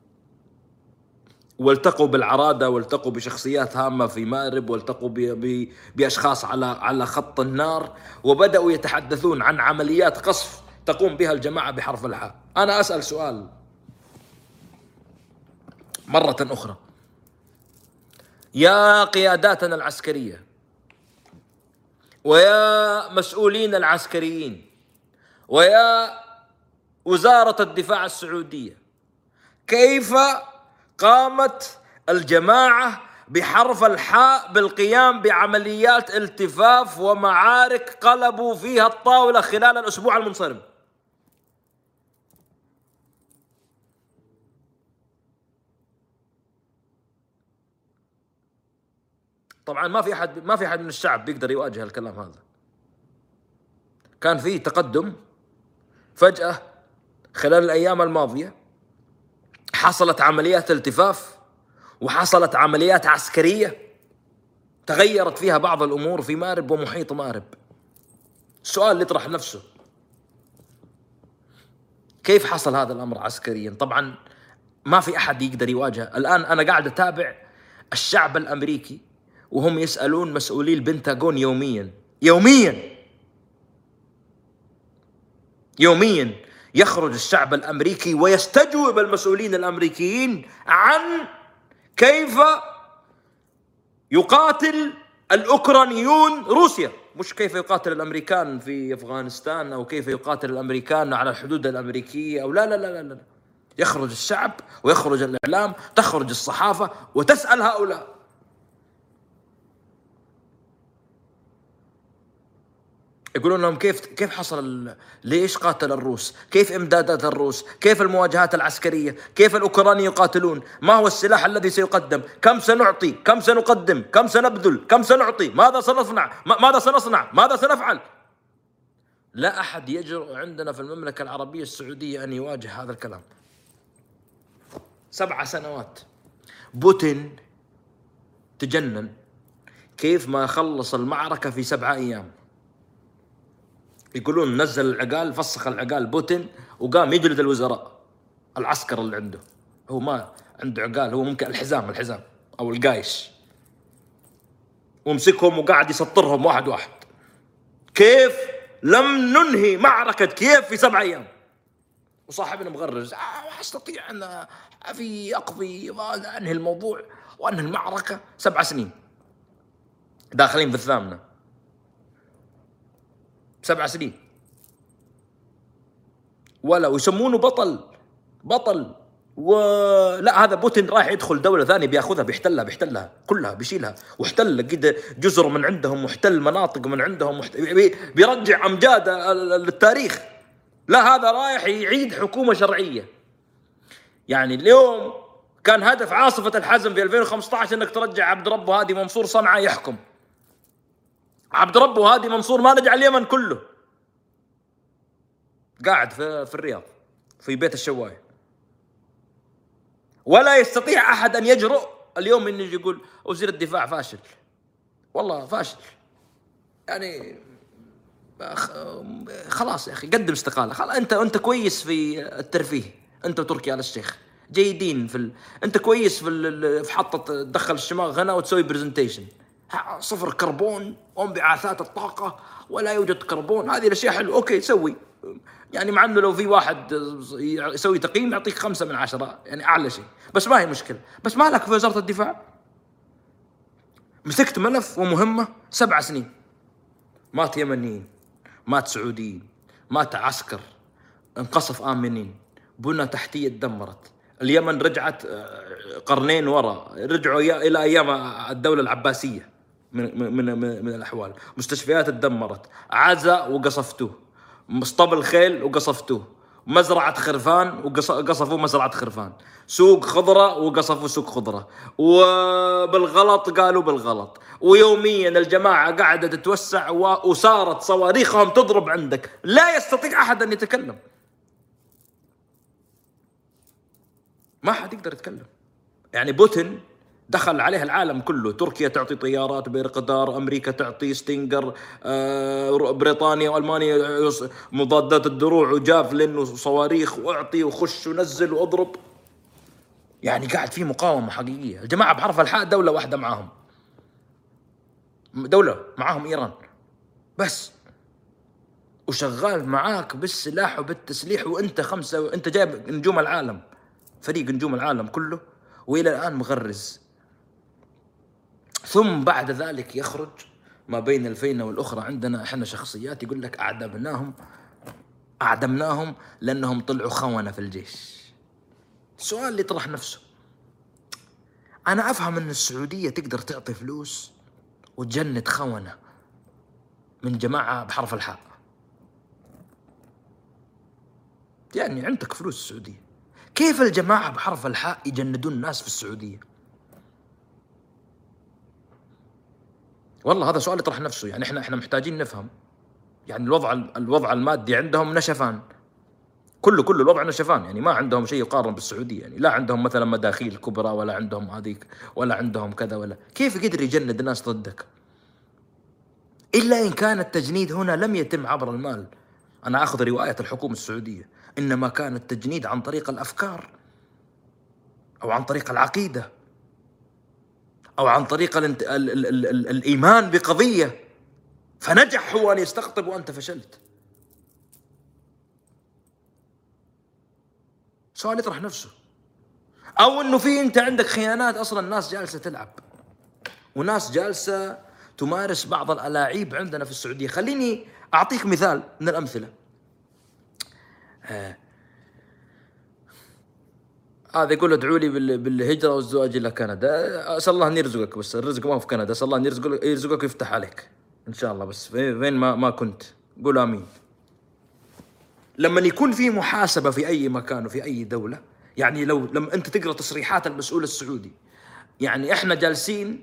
والتقوا بالعرادة، والتقوا بشخصيات هامة في مأرب، والتقوا بأشخاص على خط النار، وبدأوا يتحدثون عن عمليات قصف تقوم بها الجماعة بحرف الحاء. أنا أسأل سؤال مرة أخرى، يا قياداتنا العسكرية ويا مسؤولين العسكريين ويا وزارة الدفاع السعودية، كيف قامت الجماعة بحرف الحاء بالقيام بعمليات التفاف ومعارك قلبوا فيها الطاولة خلال الأسبوع المنصرم؟ طبعا ما في أحد من الشعب بيقدر يواجه الكلام هذا. كان فيه تقدم، فجأة خلال الأيام الماضية حصلت عمليات التفاف وحصلت عمليات عسكرية تغيرت فيها بعض الأمور في مأرب ومحيط مأرب. السؤال اللي يطرح نفسه، كيف حصل هذا الأمر عسكريا؟ طبعا ما في أحد يقدر يواجه. الآن أنا قاعد أتابع الشعب الأمريكي وهم يسألون مسؤولي البنتاغون يوميا يخرج الشعب الأمريكي ويستجوب المسؤولين الأمريكيين عن كيف يقاتل الأوكرانيون روسيا، مش كيف يقاتل الأمريكان في أفغانستان، أو كيف يقاتل الأمريكان على الحدود الأمريكية، أو لا لا لا لا لا. يخرج الشعب ويخرج الإعلام، تخرج الصحافة وتسأل هؤلاء. يقولون لهم كيف حصل، ليش قاتل الروس، كيف إمدادات الروس، كيف المواجهات العسكرية، كيف الأوكراني يقاتلون، ما هو السلاح الذي سيقدم، كم سنعطي، كم سنقدم، كم سنبذل، كم سنعطي، ماذا سنصنع، ماذا سنصنع، ماذا سنفعل. لا أحد يجرؤ عندنا في المملكة العربية السعودية أن يواجه هذا الكلام. 7 سنوات بوتين تجنن، كيف ما خلص المعركة في 7 أيام. يقولون نزل العقال، فسخ العقال بوتين وقام يجلد الوزراء العسكر اللي عنده. هو ما عنده عقال، هو ممكن الحزام أو القايش، ومسكهم وقاعد يسطرهم واحد واحد. كيف لم ننهي معركة كييف في 7 أيام؟ وصاحبنا مغرز أستطيع أن أقضي وأنهي الموضوع وأنهي المعركة 7 سنين، داخلين في الثامنة. 7 سنين ولا ويسمونه بطل. ولا هذا بوتين رايح يدخل دولة ثانية بياخذها، بيحتلها كلها، بيشيلها، واحتل كده جزر من عندهم، واحتل مناطق من عندهم، بيرجع أمجاد للتاريخ. لا، هذا رايح يعيد حكومة شرعية. يعني اليوم كان هدف عاصفة الحزم في 2015 انك ترجع عبد ربه هادي منصور صنعاء يحكم. عبد ربه هادي منصور ما رجع اليمن كله، قاعد في الرياض في بيت الشواية. ولا يستطيع أحد أن يجرؤ اليوم أن يجي يقول وزير الدفاع فاشل. والله فاشل، يعني خلاص يا أخي قدم استقالة. خلاص أنت كويس في الترفيه، أنت وتركي آل الشيخ جيدين أنت كويس في حطة تدخل الشماغ هنا وتسوي برزنتيشن، 0 كربون وانبعاثات الطاقة ولا يوجد كربون، هذه الأشياء حلوة، أوكي سوي. يعني مع أنه لو في واحد يسوي تقييم يعطيك 5 من 10، يعني أعلى شيء، بس ما هي مشكلة. بس ما لك في وزارة الدفاع، مسكت ملف ومهمة 7 سنين. مات يمنيين، مات سعوديين، مات عسكر، انقصف آمنين، بنى تحتية تدمرت. اليمن رجعت قرنين وراء، رجعوا إلى أيام الدولة العباسية من الأحوال. مستشفيات تدمرت، عزا وقصفتوه، اسطبل خيل وقصفتوه، مزرعة خرفان وقصفوا مزرعة خرفان، سوق خضرة وقصفوا سوق خضرة، وبالغلط قالوا بالغلط. ويوميا الجماعة قاعدة تتوسع وصارت صواريخهم تضرب عندك. لا يستطيع أحد أن يتكلم، ما حد يقدر يتكلم. يعني بوتين دخل عليه العالم كله، تركيا تعطي طيارات بيرقدار، أمريكا تعطي ستينجر، بريطانيا وألمانيا مضادات الدروع وجافلين وصواريخ، واعطي وخش ونزل واضرب. يعني قاعد في مقاومة حقيقية. الجماعة بحرف الحاء دولة واحدة معاهم، دولة معاهم إيران بس، وشغال معاك بالسلاح وبالتسليح، وانت انت جايب نجوم العالم، فريق نجوم العالم كله، وإلى الآن مغرز. ثم بعد ذلك يخرج ما بين الفينة والأخرى. عندنا احنا شخصيات يقول لك أعدمناهم لأنهم طلعوا خونة في الجيش. السؤال اللي يطرح نفسه، أنا أفهم أن السعودية تقدر تعطي فلوس وتجند خونة من جماعة بحرف الحاء، يعني عندك فلوس السعودية، كيف الجماعة بحرف الحاء يجندون الناس في السعودية؟ والله هذا سؤال يطرح نفسه. يعني احنا محتاجين نفهم. يعني الوضع المادي عندهم نشفان، كله الوضع نشفان، يعني ما عندهم شيء يقارن بالسعودية. يعني لا عندهم مثلا مداخيل كبرى، ولا عندهم هذيك، ولا عندهم كذا، ولا كيف قدر يجند الناس ضدك؟ إلا إن كان التجنيد هنا لم يتم عبر المال. أنا أخذ رواية الحكومة السعودية، إنما كان التجنيد عن طريق الأفكار، أو عن طريق العقيدة، أو عن طريق الإيمان بقضية، فنجح هو أن يستقطب وأنت فشلت. سؤال يطرح نفسه. أو أنه في أنت عندك خيانات أصلا، ناس جالسة تلعب وناس جالسة تمارس بعض الألاعيب عندنا في السعودية. خليني أعطيك مثال من الأمثلة. هذا يقول ادعوا لي بالهجرة والزواج إلى كندا. أسأل الله أن يرزقك، بس الرزق ما هو في كندا، أسأل الله أن يرزقك ويفتح عليك إن شاء الله. بس فين ما كنت قول آمين. لما يكون في محاسبة في أي مكان وفي أي دولة، يعني لما أنت تقرأ تصريحات المسؤول السعودي، يعني إحنا جالسين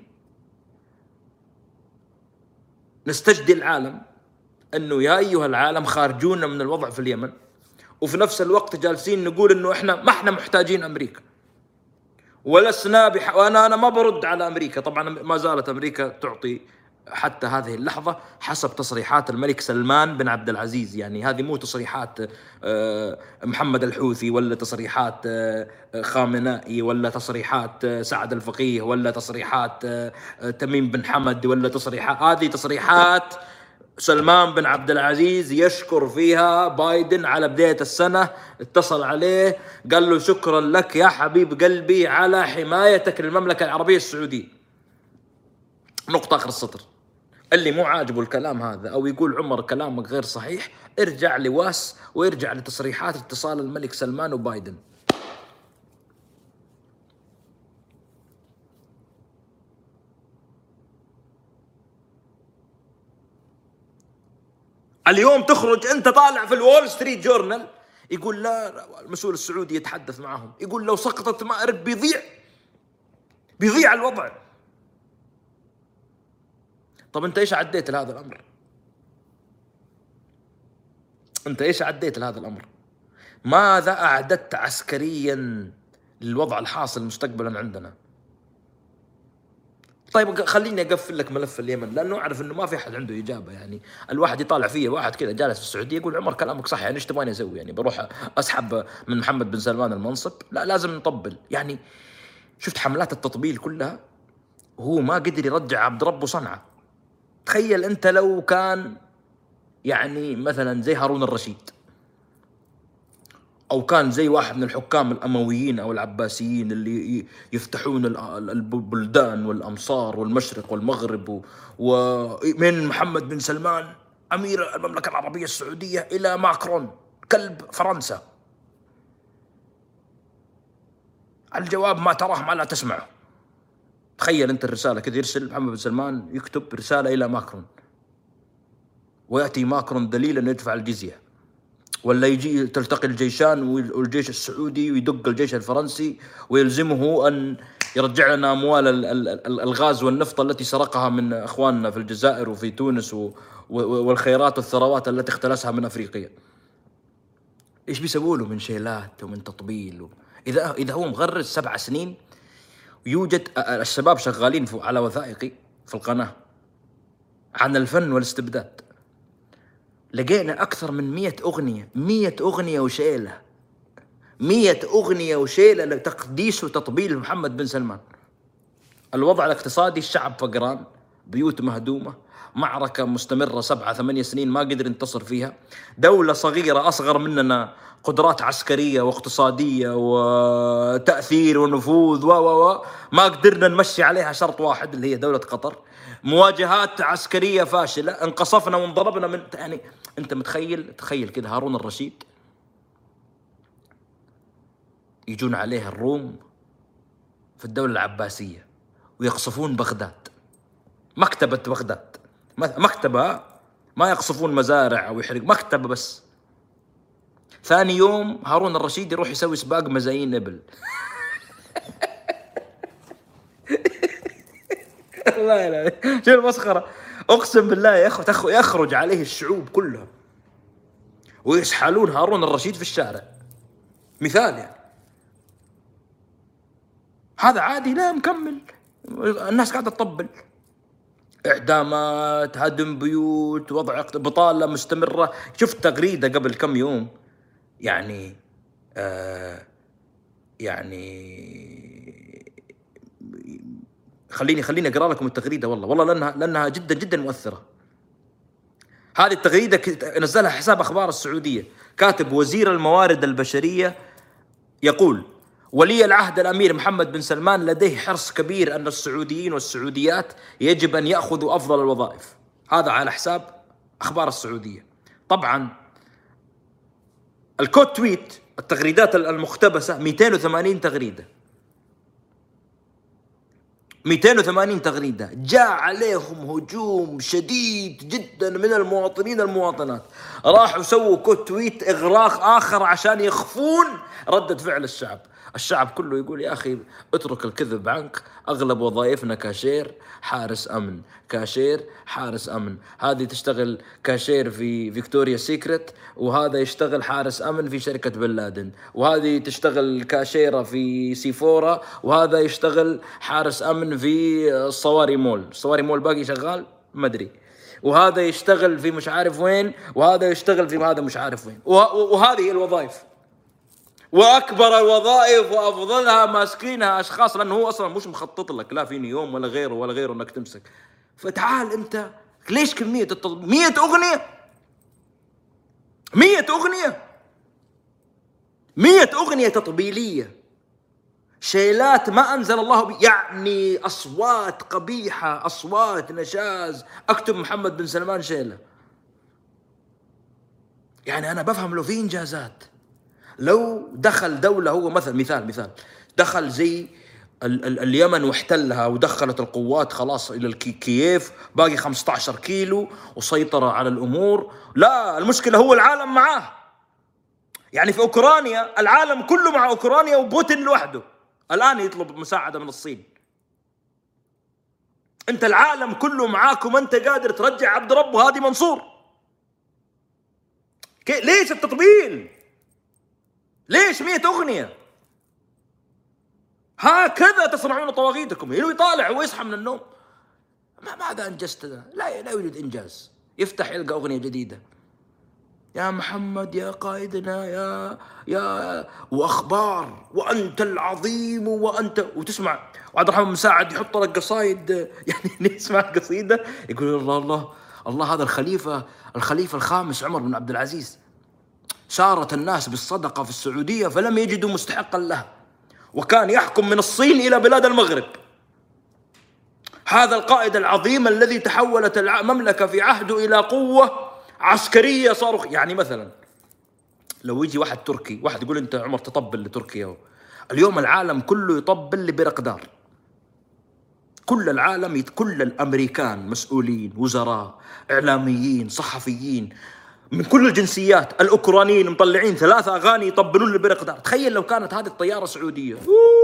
نستجدي العالم أنه يا أيها العالم خارجونا من الوضع في اليمن، وفي نفس الوقت جالسين نقول أنه إحنا ما إحنا محتاجين أمريكا ولسنا وأنا ما برد على أمريكا. طبعا ما زالت أمريكا تعطي حتى هذه اللحظة حسب تصريحات الملك سلمان بن عبد العزيز، يعني هذه مو تصريحات محمد الحوثي ولا تصريحات خامنائي ولا تصريحات سعد الفقيه ولا تصريحات تميم بن حمد ولا تصريحات، هذه تصريحات سلمان بن عبد العزيز يشكر فيها بايدن على بداية السنة. اتصل عليه قال له شكرا لك يا حبيب قلبي على حمايتك للمملكة العربية السعودية. نقطة آخر السطر. اللي مو عاجبه الكلام هذا أو يقول عمر كلامك غير صحيح، ارجع لواس وارجع لتصريحات اتصال الملك سلمان وبايدن. اليوم تخرج أنت طالع في الوول ستريت جورنال يقول لا المسؤول السعودي يتحدث معهم، يقول لو سقطت مأرب بيضيع الوضع. طب أنت إيش عديت لهذا الأمر؟ أنت إيش عديت لهذا الأمر؟ ماذا أعددت عسكريا للوضع الحاصل مستقبلا عندنا؟ طيب خليني أقفل لك ملف اليمن، لأنه أعرف أنه ما في أحد عنده إجابة. يعني الواحد يطالع فيه واحد كذا جالس في السعودية يقول عمر كلامك صح، يعني إيش تبغاني أسوي؟ يعني بروح أسحب من محمد بن سلمان المنصب؟ لا، لازم نطبل. يعني شفت حملات التطبيل كلها، هو ما قدر يرجع عبد ربه صنعاء. تخيل أنت لو كان يعني مثلا زي هارون الرشيد، أو كان زي واحد من الحكام الأمويين أو العباسيين اللي يفتحون البلدان والأمصار والمشرق والمغرب، ومن محمد بن سلمان أمير المملكة العربية السعودية إلى ماكرون كلب فرنسا، الجواب ما تراه ما لا تسمعه. تخيل أنت الرسالة كذا، يرسل محمد بن سلمان يكتب رسالة إلى ماكرون، ويأتي ماكرون دليل أنه يدفع الجزية، ولا يجي تلتقي الجيشان والجيش السعودي ويدق الجيش الفرنسي ويلزمه أن يرجع لنا أموال الغاز والنفط التي سرقها من أخواننا في الجزائر وفي تونس والخيرات والثروات التي اختلسها من أفريقيا. إيش بيسووا له من شيلات ومن تطبيل؟ إذا هو مغرز 7 سنين، ويوجد الشباب شغالين على وثائقي في القناة عن الفن والاستبداد، لقينا أكثر من 100 أغنية، 100 أغنية وشيلة، 100 أغنية وشيلة لتقديس وتطبيل محمد بن سلمان. الوضع الاقتصادي، الشعب فقران، بيوت مهدومة، معركة مستمرة 7-8 سنين ما قدر ينتصر فيها، دولة صغيرة أصغر مننا قدرات عسكرية واقتصادية وتأثير ونفوذ ما قدرنا نمشي عليها شرط واحد اللي هي دولة قطر، مواجهات عسكرية فاشلة، انقصفنا وانضربنا من يعني أنت تخيل كده هارون الرشيد يجون عليه الروم في الدولة العباسية ويقصفون بغداد، مكتبة بغداد، مكتبة، ما يقصفون مزارع أو يحرق مكتبة بس. ثاني يوم هارون الرشيد يروح يسوي سباق مزايين إبل. لا شو المسخرة، أقسم بالله يا أخو يخرج عليه الشعوب كلها ويسحلون هارون الرشيد في الشارع، مثال يعني. هذا عادي؟ لا، مكمل، الناس قاعدة تطبل، إعدامات، هدم بيوت، وضع بطالة مستمرة. شفت تغريدة قبل كم يوم، يعني خليني أقرأ لكم التغريدة، والله لأنها جدا جدا مؤثرة. هذه التغريدة نزلها حساب أخبار السعودية، كاتب وزير الموارد البشرية يقول: ولي العهد الأمير محمد بن سلمان لديه حرص كبير أن السعوديين والسعوديات يجب أن يأخذوا أفضل الوظائف. هذا على حساب أخبار السعودية. طبعا الكوت تويت التغريدات المقتبسة 280 تغريدة، 280 تغريدة. جاء عليهم هجوم شديد جدا من المواطنين المواطنات، راحوا سووا كوت تويت إغراق آخر عشان يخفون ردة فعل الشعب. الشعب كله يقول يا أخي اترك الكذب عنك، أغلب وظائفنا كاشير حارس أمن، كاشير حارس أمن، هذه تشتغل كاشير في فيكتوريا سيكريت، وهذا يشتغل حارس أمن في شركة بن لادن، وهذه تشتغل كاشيرة في سيفورا، وهذا يشتغل حارس أمن في الصواري مول. الصواري مول باقي شغال ما أدري، وهذا يشتغل في مش عارف وين، وهذا يشتغل في هذا مش عارف وين. وهذه الوظائف، واكبر الوظائف وافضلها ماسكينها اشخاص، لانه هو اصلا مش مخطط لك لا في يوم ولا غيره ولا غيره انك تمسك. فتعال انت ليش كميه 100 اغنيه، 100 اغنيه، 100 اغنيه تطبيليه، شيلات ما انزل الله يعني اصوات قبيحه، اصوات نشاز. اكتب محمد بن سلمان شيله. يعني انا بفهم لو في انجازات، لو دخل دولة، هو مثال دخل زي اليمن واحتلها ودخلت القوات خلاص إلى كييف، باقي 15 كيلو وسيطر على الأمور. لا، المشكلة هو العالم معاه. يعني في أوكرانيا العالم كله مع أوكرانيا وبوتين لوحده الآن يطلب مساعدة من الصين. أنت العالم كله معاك وما أنت قادر ترجع عبد ربه هادي منصور. ليش التطبيل؟ ليش 100 أغنية؟ هكذا تصنعون طواغيتكم. إنه يطالع ويصحى من النوم ماذا أنجزت؟ لا يوجد إنجاز. يفتح يلقى أغنية جديدة، يا محمد يا قائدنا يا وأخبار وأنت العظيم وأنت، وتسمع وعبد الرحمن مساعد يحط لك قصايد. يعني نسمع قصيدة يقول الله الله الله، هذا الخليفة الخامس عمر بن عبد العزيز، سارت الناس بالصدقة في السعودية فلم يجدوا مستحقا لها، وكان يحكم من الصين إلى بلاد المغرب. هذا القائد العظيم الذي تحولت المملكة في عهده إلى قوة عسكرية صاروخ. يعني مثلا لو يجي واحد تركي، واحد يقول أنت عمر تطبل لتركيا، اليوم العالم كله يطبل لبرقدار، كل العالم، كل الأمريكان مسؤولين، وزراء، إعلاميين، صحفيين من كل الجنسيات، الأوكرانيين مطلعين 3 أغاني يطبلون لبرقدار. تخيل لو كانت هذه الطيارة سعودية.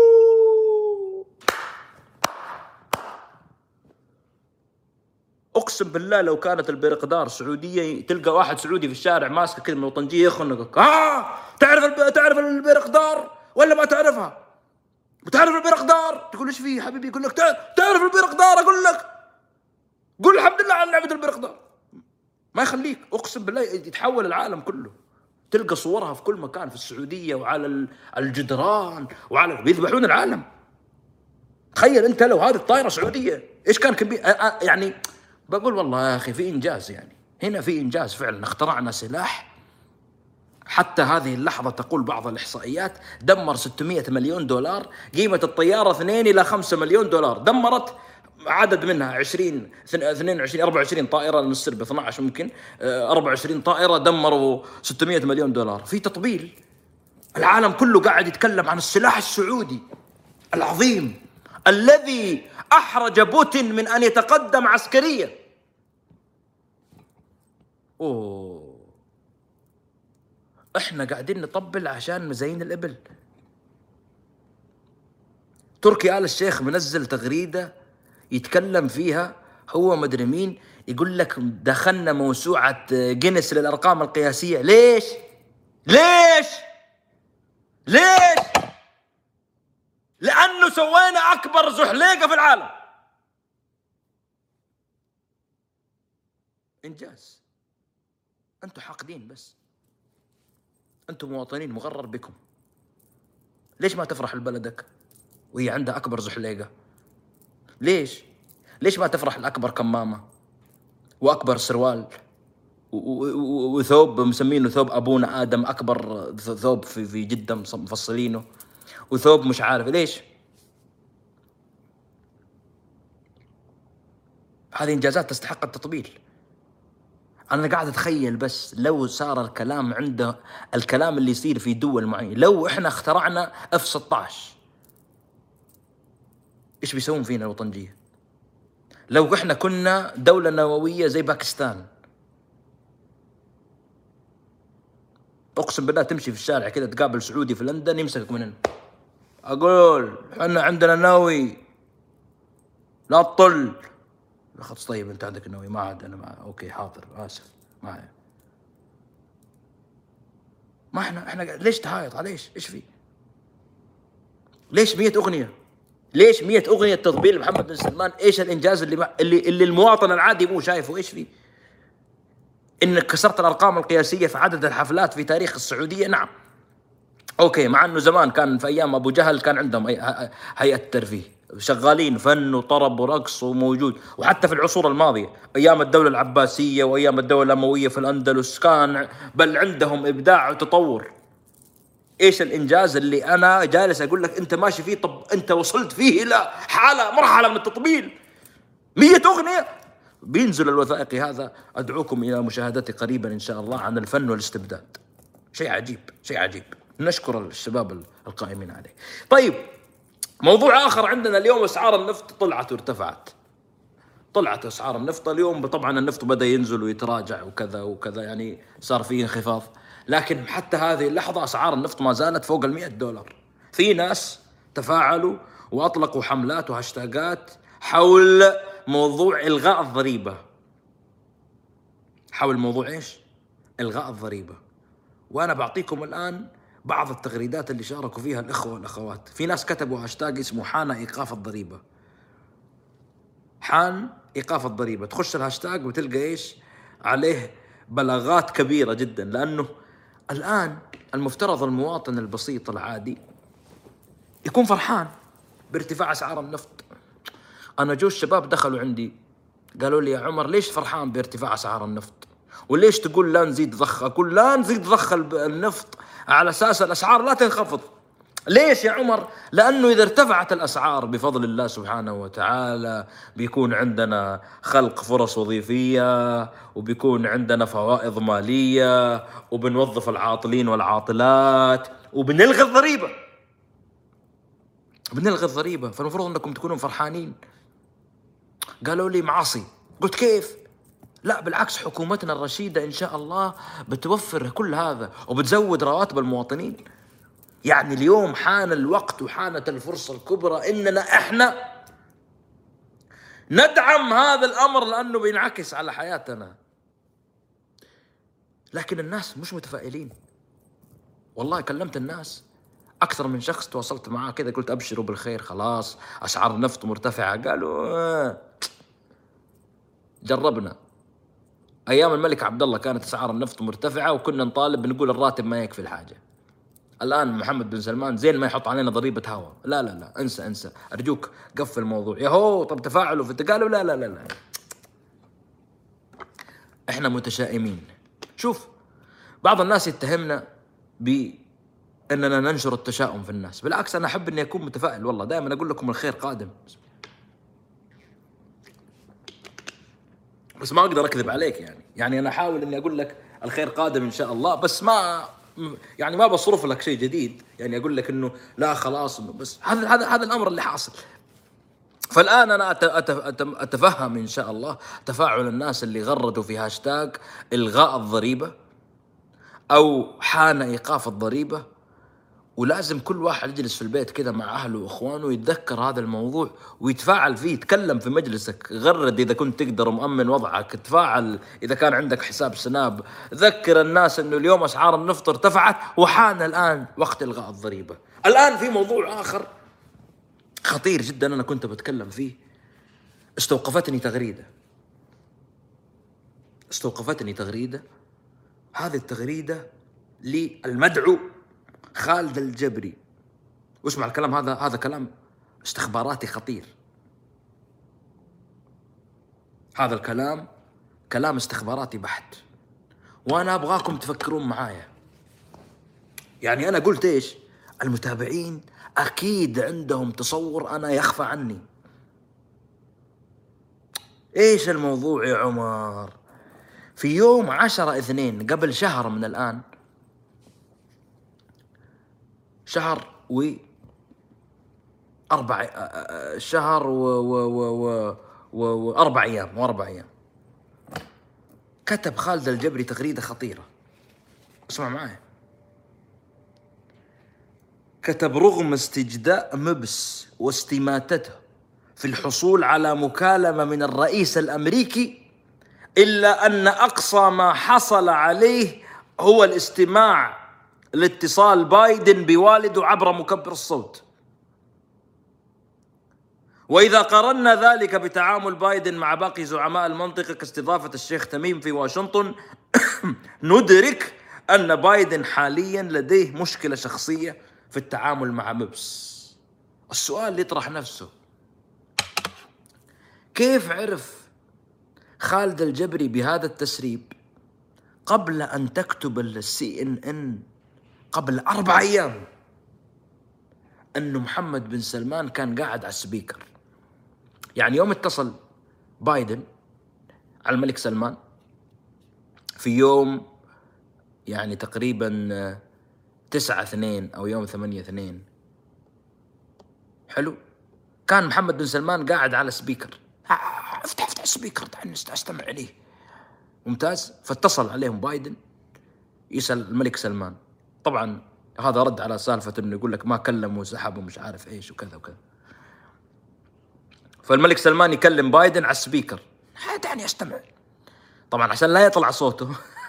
اقسم بالله لو كانت البرقدار سعوديه، تلقى واحد سعودي في الشارع ماسك كذا من وطنجيه يخنقك، تعرف البرقدار ولا ما تعرفها؟ بتعرف البرقدار؟ تقول ايش فيه حبيبي؟ يقول لك تعرف البرقدار؟ اقول لك قول الحمد لله على نعمه البرقدار. ما يخليك، اقسم بالله يتحول العالم كله، تلقى صورها في كل مكان في السعوديه وعلى الجدران بيذبحون العالم. تخيل انت لو هذه الطائره سعوديه ايش كان كبير. يعني بقول والله يا أخي في إنجاز، يعني هنا في إنجاز فعلا. اخترعنا سلاح حتى هذه اللحظة تقول بعض الإحصائيات دمر 600 مليون دولار، قيمة الطيارة 2 إلى 5 مليون دولار. دمرت عدد منها 20 22 24 طائرة للسرب 12 ممكن 24 طائرة، دمروا 600 مليون دولار في تطبيل. العالم كله قاعد يتكلم عن السلاح السعودي العظيم الذي أحرج بوتين من أن يتقدم عسكريا. احنا قاعدين نطبل عشان مزين الإبل. تركي آل الشيخ منزل تغريدة يتكلم فيها هو مدري مين، يقول لك دخلنا موسوعة جينيس للأرقام القياسية. ليش؟ ليش؟ ليش؟ لأنه سوينا أكبر زحليقة في العالم. إنجاز. أنتم حاقدين، بس أنتم مواطنين مغرر بكم. ليش ما تفرح لبلدك وهي عندها أكبر زحليقة؟ ليش ما تفرح لأكبر كمامة وأكبر سروال وثوب مسمينه ثوب أبونا آدم، أكبر ثوب في جدة مفصلينه، وثوب مش عارف ليش. هذه إنجازات تستحق التطبيل. أنا قاعد أتخيل بس لو صار الكلام عنده الكلام اللي يصير في دول معينة، لو إحنا اخترعنا F-16 إيش بيسوون فينا الوطنجية؟ لو إحنا كنا دولة نووية زي باكستان، أقسم بالله تمشي في الشارع كذا تقابل سعودي في لندن يمسكك من هنا، أقول إحنا عندنا نووي لا تطل. خلاص طيب أنت عندك نووي، ما عاد أنا أوكي حاضر آسف ما إحنا ليش تهايط على إيش في؟ ليش 100 أغنية؟ ليش 100 أغنية تطبيل محمد بن سلمان؟ إيش الإنجاز اللي المواطن العادي مو شايفه؟ إيش فيه؟ إنك كسرت الأرقام القياسية في عدد الحفلات في تاريخ السعودية، نعم أوكي، مع إنه زمان كان في أيام أبو جهل كان عندهم هيئة ترفيه شغالين فن وطرب ورقص وموجود، وحتى في العصور الماضية أيام الدولة العباسية وأيام الدولة الأموية في الأندلس كان بل عندهم إبداع وتطور. إيش الإنجاز اللي أنا جالس أقول لك أنت ماشي فيه؟ طب أنت وصلت فيه إلى مرحلة من التطبيل. 100 أغنية. بينزل الوثائقي هذا، أدعوكم إلى مشاهدته قريبا إن شاء الله، عن الفن والاستبداد. شيء عجيب شيء عجيب، نشكر الشباب القائمين عليه. طيب موضوع آخر عندنا اليوم، أسعار النفط طلعت وارتفعت. طلعت أسعار النفط اليوم، طبعا النفط بدأ ينزل ويتراجع وكذا وكذا، يعني صار فيه انخفاض، لكن حتى هذه اللحظة أسعار النفط ما زالت فوق $100. في ناس تفاعلوا وأطلقوا حملات وهاشتاجات حول موضوع إلغاء الضريبة. حول موضوع إيش؟ إلغاء الضريبة. وأنا بعطيكم الآن بعض التغريدات اللي شاركوا فيها الإخوة والأخوات. في ناس كتبوا هاشتاج اسمه حان إيقاف الضريبة. حان إيقاف الضريبة، تخش الهاشتاج وتلقى إيش عليه بلاغات كبيرة جدا، لأنه الآن المفترض المواطن البسيط العادي يكون فرحان بارتفاع أسعار النفط. أنا جو الشباب دخلوا عندي قالوا لي يا عمر ليش فرحان بارتفاع أسعار النفط؟ وليش تقول لا نزيد ضخ؟ أقول لا نزيد ضخ النفط على أساس الأسعار لا تنخفض. ليش يا عمر؟ لأنه إذا ارتفعت الأسعار بفضل الله سبحانه وتعالى بيكون عندنا خلق فرص وظيفية، وبيكون عندنا فوائض مالية، وبنوظف العاطلين والعاطلات، وبنلغي الضريبة. بنلغي الضريبة، فالمفروض أنكم تكونوا فرحانين. قالوا لي معاصي. قلت كيف؟ لا بالعكس، حكومتنا الرشيدة إن شاء الله بتوفر كل هذا وبتزود رواتب المواطنين. يعني اليوم حان الوقت وحانت الفرصة الكبرى إننا إحنا ندعم هذا الأمر لأنه بينعكس على حياتنا. لكن الناس مش متفائلين. والله كلمت الناس أكثر من شخص تواصلت معاه كذا، قلت أبشروا بالخير خلاص أسعار النفط مرتفعة. قالوا جربنا أيام الملك عبد الله كانت أسعار النفط مرتفعة وكنا نطالب بنقول الراتب ما يكفي الحاجة. الآن محمد بن سلمان زين ما يحط علينا ضريبة هواء. لا لا لا انسى أرجوك قفل الموضوع. يهو طب تفاعلوا في قالوا لا لا لا لا احنا متشائمين. شوف بعض الناس يتهمنا بأننا ننشر التشاؤم في الناس، بالعكس أنا أحب أني أكون متفائل. والله دائما أقول لكم الخير قادم، بس ما أقدر أكذب عليك. يعني أنا أحاول أني أقول لك الخير قادم إن شاء الله، بس ما يعني ما بصرف لك شيء جديد، يعني أقول لك إنه لا خلاص إنه بس هذا الأمر اللي حاصل. فالآن أنا أتفهم إن شاء الله تفاعل الناس اللي غردوا في هاشتاج إلغاء الضريبة أو حان إيقاف الضريبة، ولازم كل واحد يجلس في البيت كذا مع أهله وإخوانه يتذكر هذا الموضوع ويتفاعل فيه. يتكلم في مجلسك، غرد إذا كنت تقدر مؤمن وضعك، تفاعل إذا كان عندك حساب سناب، ذكر الناس أنه اليوم أسعار النفط ارتفعت وحان الآن وقت إلغاء الضريبة. الآن في موضوع آخر خطير جدا أنا كنت بتكلم فيه. استوقفتني تغريدة. هذه التغريدة للمدعو خالد الجبري. واسمع الكلام هذا كلام استخباراتي خطير. هذا الكلام كلام استخباراتي بحت، وانا ابغاكم تفكرون معايا. يعني انا قلت ايش؟ المتابعين اكيد عندهم تصور انا يخفى عني. ايش الموضوع يا عمر؟ في يوم 10/2 قبل شهر من الآن، شهر وأربع أيام كتب خالد الجبري تغريدة خطيرة. اسمع معي. كتب: رغم استجداء مبس واستماتته في الحصول على مكالمة من الرئيس الأمريكي، إلا أن أقصى ما حصل عليه هو الاستماع لاتصال بايدن بوالده عبر مكبر الصوت. وإذا قارنا ذلك بتعامل بايدن مع باقي زعماء المنطقة كاستضافة الشيخ تميم في واشنطن ندرك أن بايدن حاليا لديه مشكلة شخصية في التعامل مع مبس. السؤال اللي يطرح نفسه: كيف عرف خالد الجبري بهذا التسريب قبل أن تكتب CNN قبل 4 أيام أنه محمد بن سلمان كان قاعد على السبيكر؟ يعني يوم اتصل بايدن على الملك سلمان في يوم يعني تقريبا 9/2 أو يوم 8/2، حلو، كان محمد بن سلمان قاعد على سبيكر. افتح السبيكر تعال استمع عليه. ممتاز. فاتصل عليهم بايدن يسأل الملك سلمان. طبعا هذا رد على سالفة انه يقول لك ما كلموا وسحبوا مش عارف ايش وكذا وكذا. فالملك سلمان يكلم بايدن على السبيكر، دعني استمع. طبعا عشان لا يطلع صوته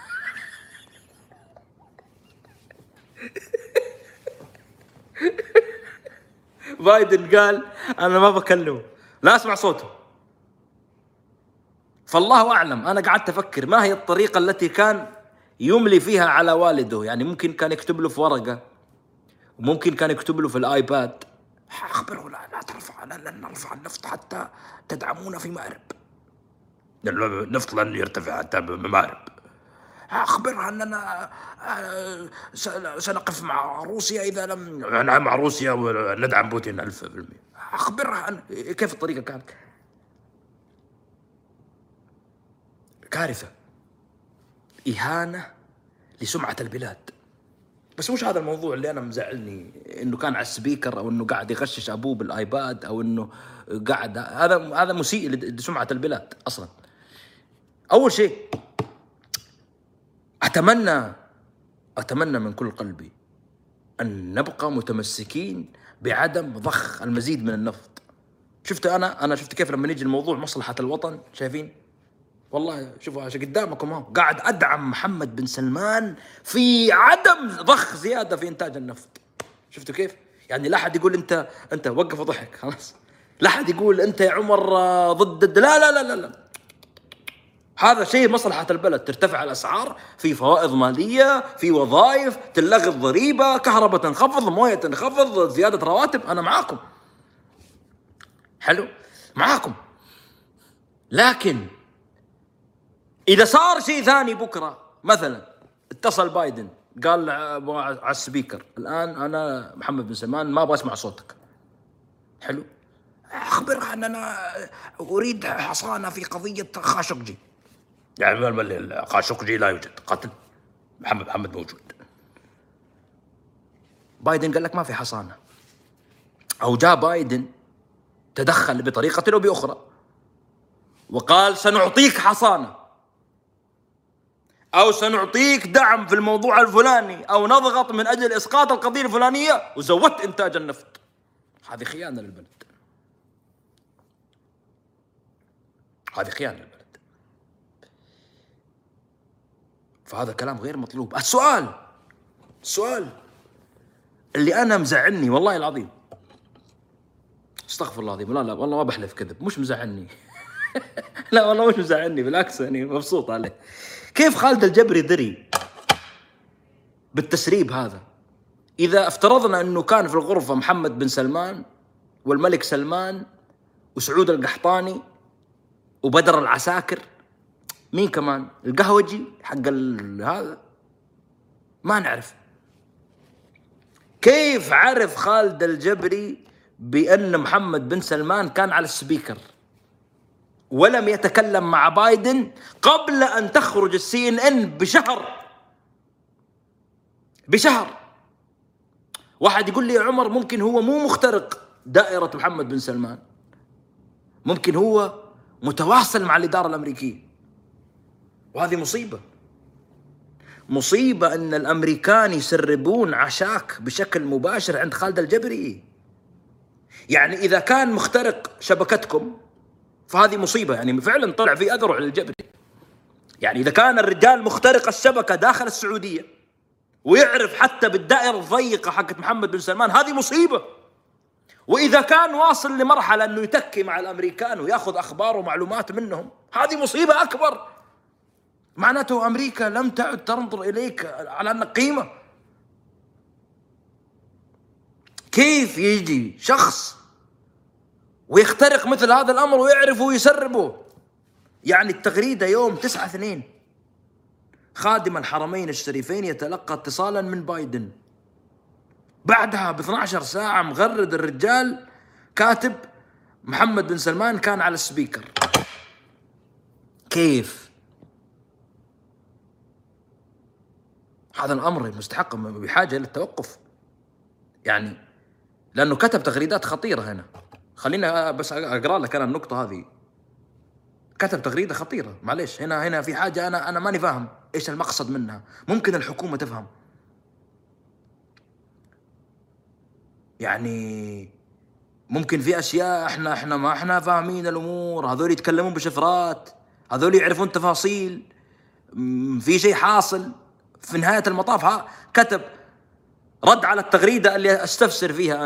بايدن قال انا ما بكلمه، لا اسمع صوته. فالله اعلم، انا قعدت افكر ما هي الطريقة التي كان يملي فيها على والده. يعني ممكن كان يكتب له في ورقة، وممكن كان يكتب له في الايباد: اخبره لا ترفع، لن نرفع النفط حتى تدعمونا في مأرب، النفط لن يرتفع حتى بمأرب. اخبرها اننا سنقف مع روسيا اذا لم مع روسيا وندعم بوتين 1000%. اخبرها كيف الطريقة كانت كارثة، إهانة لسمعة البلاد. بس مش هذا الموضوع اللي أنا مزعلني، إنه كان على السبيكر أو إنه قاعد يغشش أبوه بالآيباد أو إنه قاعد، هذا مسيء لسمعة البلاد أصلا. أول شيء أتمنى من كل قلبي أن نبقى متمسكين بعدم ضخ المزيد من النفط. شفت أنا شفت كيف لما نيجي الموضوع مصلحة الوطن، شايفين والله شوفوا عشان قدامكم اهو قاعد ادعم محمد بن سلمان في عدم ضخ زياده في انتاج النفط. شفتوا كيف؟ يعني لا احد يقول انت وقف وضحك خلاص، لا احد يقول انت يا عمر ضد لا لا لا لا لا. هذا شيء مصلحه البلد، ترتفع الاسعار، في فوائد ماليه، في وظائف، تلغي الضريبه، كهرباء تنخفض، مويه تنخفض، زياده رواتب، انا معاكم. حلو؟ معاكم. لكن إذا صار شيء ثاني بكرة، مثلا اتصل بايدن قال على السبيكر: الآن أنا محمد بن سلمان ما أبغى أسمع صوتك، حلو، أخبرها أن أنا أريد حصانة في قضية خاشقجي. يعني خاشقجي لا يوجد، قتل محمد موجود. بايدن قال لك ما في حصانة، أو جاء بايدن تدخل بطريقة أو بأخرى وقال سنعطيك حصانة، أو سنعطيك دعم في الموضوع الفلاني، أو نضغط من أجل إسقاط القضية الفلانية، وزودت إنتاج النفط. هذه خيانة للبلد، هذه خيانة للبلد. فهذا كلام غير مطلوب. السؤال اللي أنا مزعلني والله العظيم، استغفر الله العظيم، لا والله ما بحلف كذب، مش مزعلني لا والله مش مزعلني، بالعكس يعني مبسوط عليه. كيف خالد الجبري دري بالتسريب هذا؟ إذا افترضنا أنه كان في الغرفة محمد بن سلمان والملك سلمان وسعود القحطاني وبدر العساكر، مين كمان؟ القهوجي حق هذا ما نعرف. كيف عرف خالد الجبري بأن محمد بن سلمان كان على السبيكر ولم يتكلم مع بايدن قبل أن تخرج CNN بشهر. واحد يقول لي يا عمر ممكن هو مو مخترق دائرة محمد بن سلمان، ممكن هو متواصل مع الإدارة الأمريكية، وهذه مصيبة أن الأمريكان يسربون عشاك بشكل مباشر عند خالد الجبري. يعني إذا كان مخترق شبكتكم فهذه مصيبة، يعني فعلا طلع في أذرع للجبري. يعني إذا كان الرجال مخترق الشبكة داخل السعودية ويعرف حتى بالدائرة الضيقة حقت محمد بن سلمان، هذه مصيبة. وإذا كان واصل لمرحلة أنه يتكي مع الأمريكان ويأخذ أخبار ومعلومات منهم، هذه مصيبة أكبر. معناته أمريكا لم تعد تنظر إليك على أنك قيمة. كيف يجي شخص ويخترق مثل هذا الأمر ويعرفه ويسربه؟ يعني التغريدة يوم 9/2 خادم الحرمين الشريفين يتلقى اتصالا من بايدن. بعدها ب12 ساعة مغرد الرجال كاتب محمد بن سلمان كان على السبيكر. كيف؟ هذا الأمر مستحق بحاجة إلى التوقف، يعني لأنه كتب تغريدات خطيرة هنا. خلينا بس أقرأ لك أنا النقطة هذه. كتب تغريدة خطيرة، معليش هنا في حاجة أنا ماني فاهم إيش المقصد منها، ممكن الحكومة تفهم. يعني ممكن في أشياء إحنا ما إحنا فاهمين الأمور، هذول يتكلمون بشفرات، هذول يعرفون تفاصيل، في شيء حاصل. في نهاية المطاف كتب رد على التغريدة اللي أستفسر فيها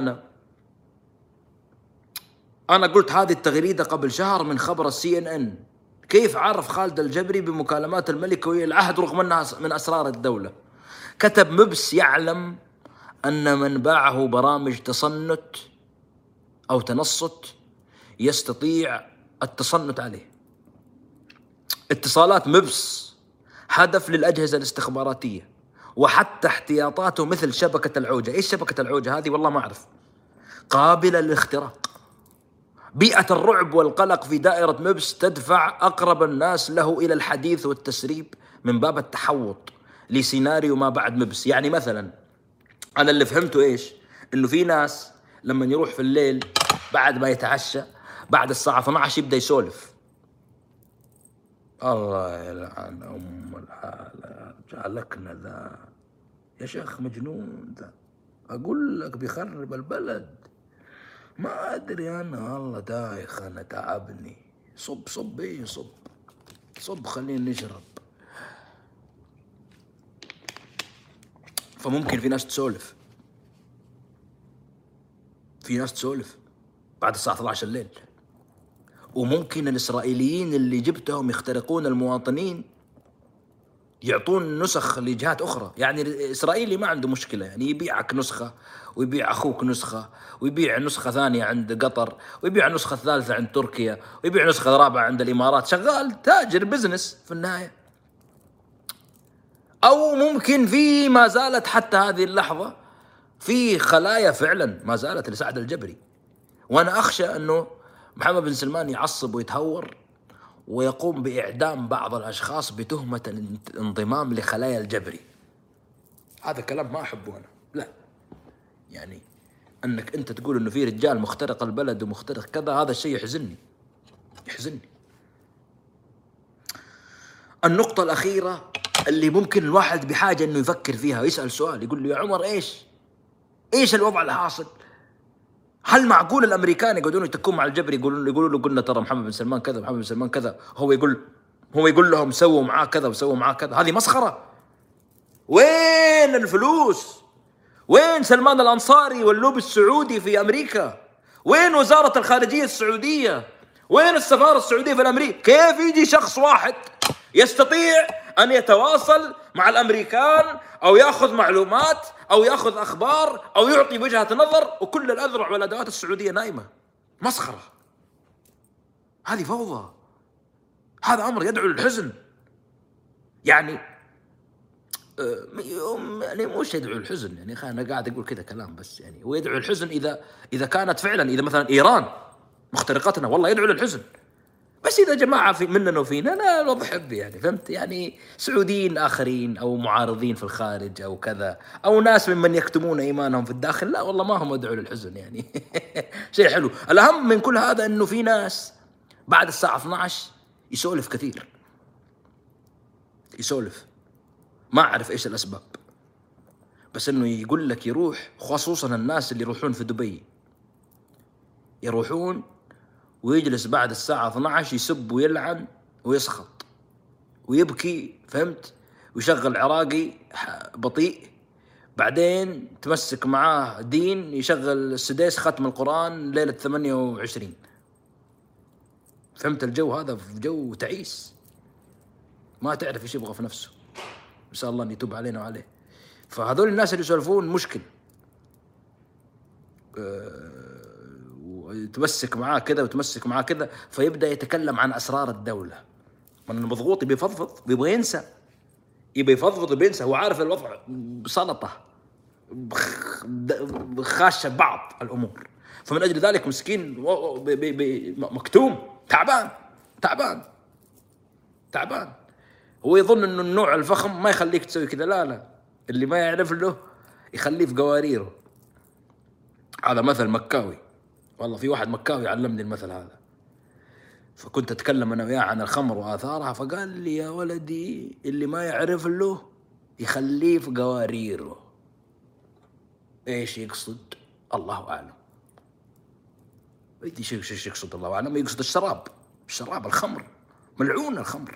أنا قلت هذه التغريدة قبل شهر من خبر CNN. كيف عرف خالد الجبري بمكالمات الملك ولي العهد رغم أنها من أسرار الدولة؟ كتب مبس يعلم أن من باعه برامج تصنت أو تنصت يستطيع التصنت عليه. اتصالات مبس هدف للأجهزة الاستخباراتية وحتى احتياطاته مثل شبكة العوجة. إيش شبكة العوجة هذه؟ والله ما أعرف. قابلة للاختراق. بيئة الرعب والقلق في دائرة مبس تدفع أقرب الناس له إلى الحديث والتسريب من باب التحوط لسيناريو ما بعد مبس. يعني مثلا أنا اللي فهمته إيش؟ إنه في ناس لما يروح في الليل بعد ما يتعشى بعد الساعة 12 يبدأ يسولف. الله يلعن أم الحالة، جعلكنا ذا يا شيخ مجنون ذا، أقول لك بيخرب البلد. ما أدري أنا، الله دايخ أنا تعبني. صب إيه صب خلينا نشرب. فممكن في ناس تسولف، بعد الساعة 12 الليل. وممكن الإسرائيليين اللي جبتهم يخترقون المواطنين يعطون نسخ لجهات أخرى. يعني الإسرائيلي ما عنده مشكلة، يعني يبيعك نسخة ويبيع أخوك نسخة ويبيع نسخة ثانية عند قطر ويبيع نسخة ثالثة عند تركيا ويبيع نسخة رابعة عند الإمارات. شغال تاجر بزنس في النهاية. أو ممكن في ما زالت حتى هذه اللحظة في خلايا فعلا ما زالت لسعد الجبري. وأنا أخشى أنه محمد بن سلمان يعصب ويتهور ويقوم بإعدام بعض الأشخاص بتهمة الانضمام لخلايا الجبري. هذا كلام ما أحبه أنا، لا. يعني أنك أنت تقول أنه في رجال مخترق البلد ومخترق كذا، هذا الشيء يحزنني. النقطة الأخيرة اللي ممكن الواحد بحاجة أنه يفكر فيها ويسأل سؤال، يقول له يا عمر إيش الوضع الحاصل؟ هل معقول الأمريكان يقعدون يتكون مع الجبري يقولوا له قلنا ترى محمد بن سلمان كذا محمد بن سلمان كذا، هو يقول لهم سووا معاه كذا وسووا معاه كذا؟ هذه مسخرة. وين الفلوس؟ وين سلمان الأنصاري واللوبي السعودي في أمريكا؟ وين وزارة الخارجية السعودية؟ وين السفارة السعودية في الأمريكا؟ كيف يجي شخص واحد يستطيع أن يتواصل مع الأمريكان أو يأخذ معلومات أو يأخذ أخبار أو يعطي وجهة نظر وكل الأذرع والأدوات السعودية نايمة؟ مسخرة. هذه فوضى. هذا أمر يدعو للحزن. يعني مش يدعو للحزن، يعني أنا قاعد أقول كذا كلام بس، يعني هو يدعو للحزن إذا كانت فعلا، إذا مثلا إيران مخترقتنا والله يدعو للحزن. بس إذا جماعة في مننا وفينا لا الوضع حب يعني، فهمت يعني، سعوديين آخرين أو معارضين في الخارج أو كذا، أو ناس ممن يكتمون إيمانهم في الداخل، لا والله ما هم أدعوا للحزن يعني. شيء حلو. الأهم من كل هذا أنه في ناس بعد الساعة 12 يسولف كثير، يسولف، ما أعرف إيش الأسباب، بس إنه يقول لك يروح، خصوصا الناس اللي يروحون في دبي، يروحون ويجلس بعد الساعة 12 يسب ويلعن ويسخط ويبكي، فهمت، ويشغل عراقي بطيء، بعدين تمسك معاه دين يشغل السديس ختم القرآن ليلة 28. فهمت الجو هذا؟ في جو تعيس، ما تعرف ايش يبغى في نفسه، نسأل الله ان يتوب علينا وعليه. فهذول الناس اللي يسولفون مشكل، وتمسك معاه كذا وتمسك معاه كذا، فيبدأ يتكلم عن أسرار الدولة. من المضغوط يبي يفضفض، يبغى ينسى، يبي يفضفض يبي ينسى، هو عارف الوضع بسلطة خاشة بعض الأمور، فمن أجل ذلك مسكين مكتوم، تعبان. هو يظن إنه النوع الفخم ما يخليك تسوي كذا، لا، اللي ما يعرف له يخليه في قواريره. هذا مثل مكاوي، والله في واحد مكاوي علمني المثل هذا، فكنت أتكلم أنا وياه عن الخمر وآثارها، فقال لي يا ولدي اللي ما يعرف له يخليه في قواريره. إيش يقصد؟ الله أعلم. إيش يقصد؟ الله أعلم. يقصد الشراب، الخمر، ملعون الخمر،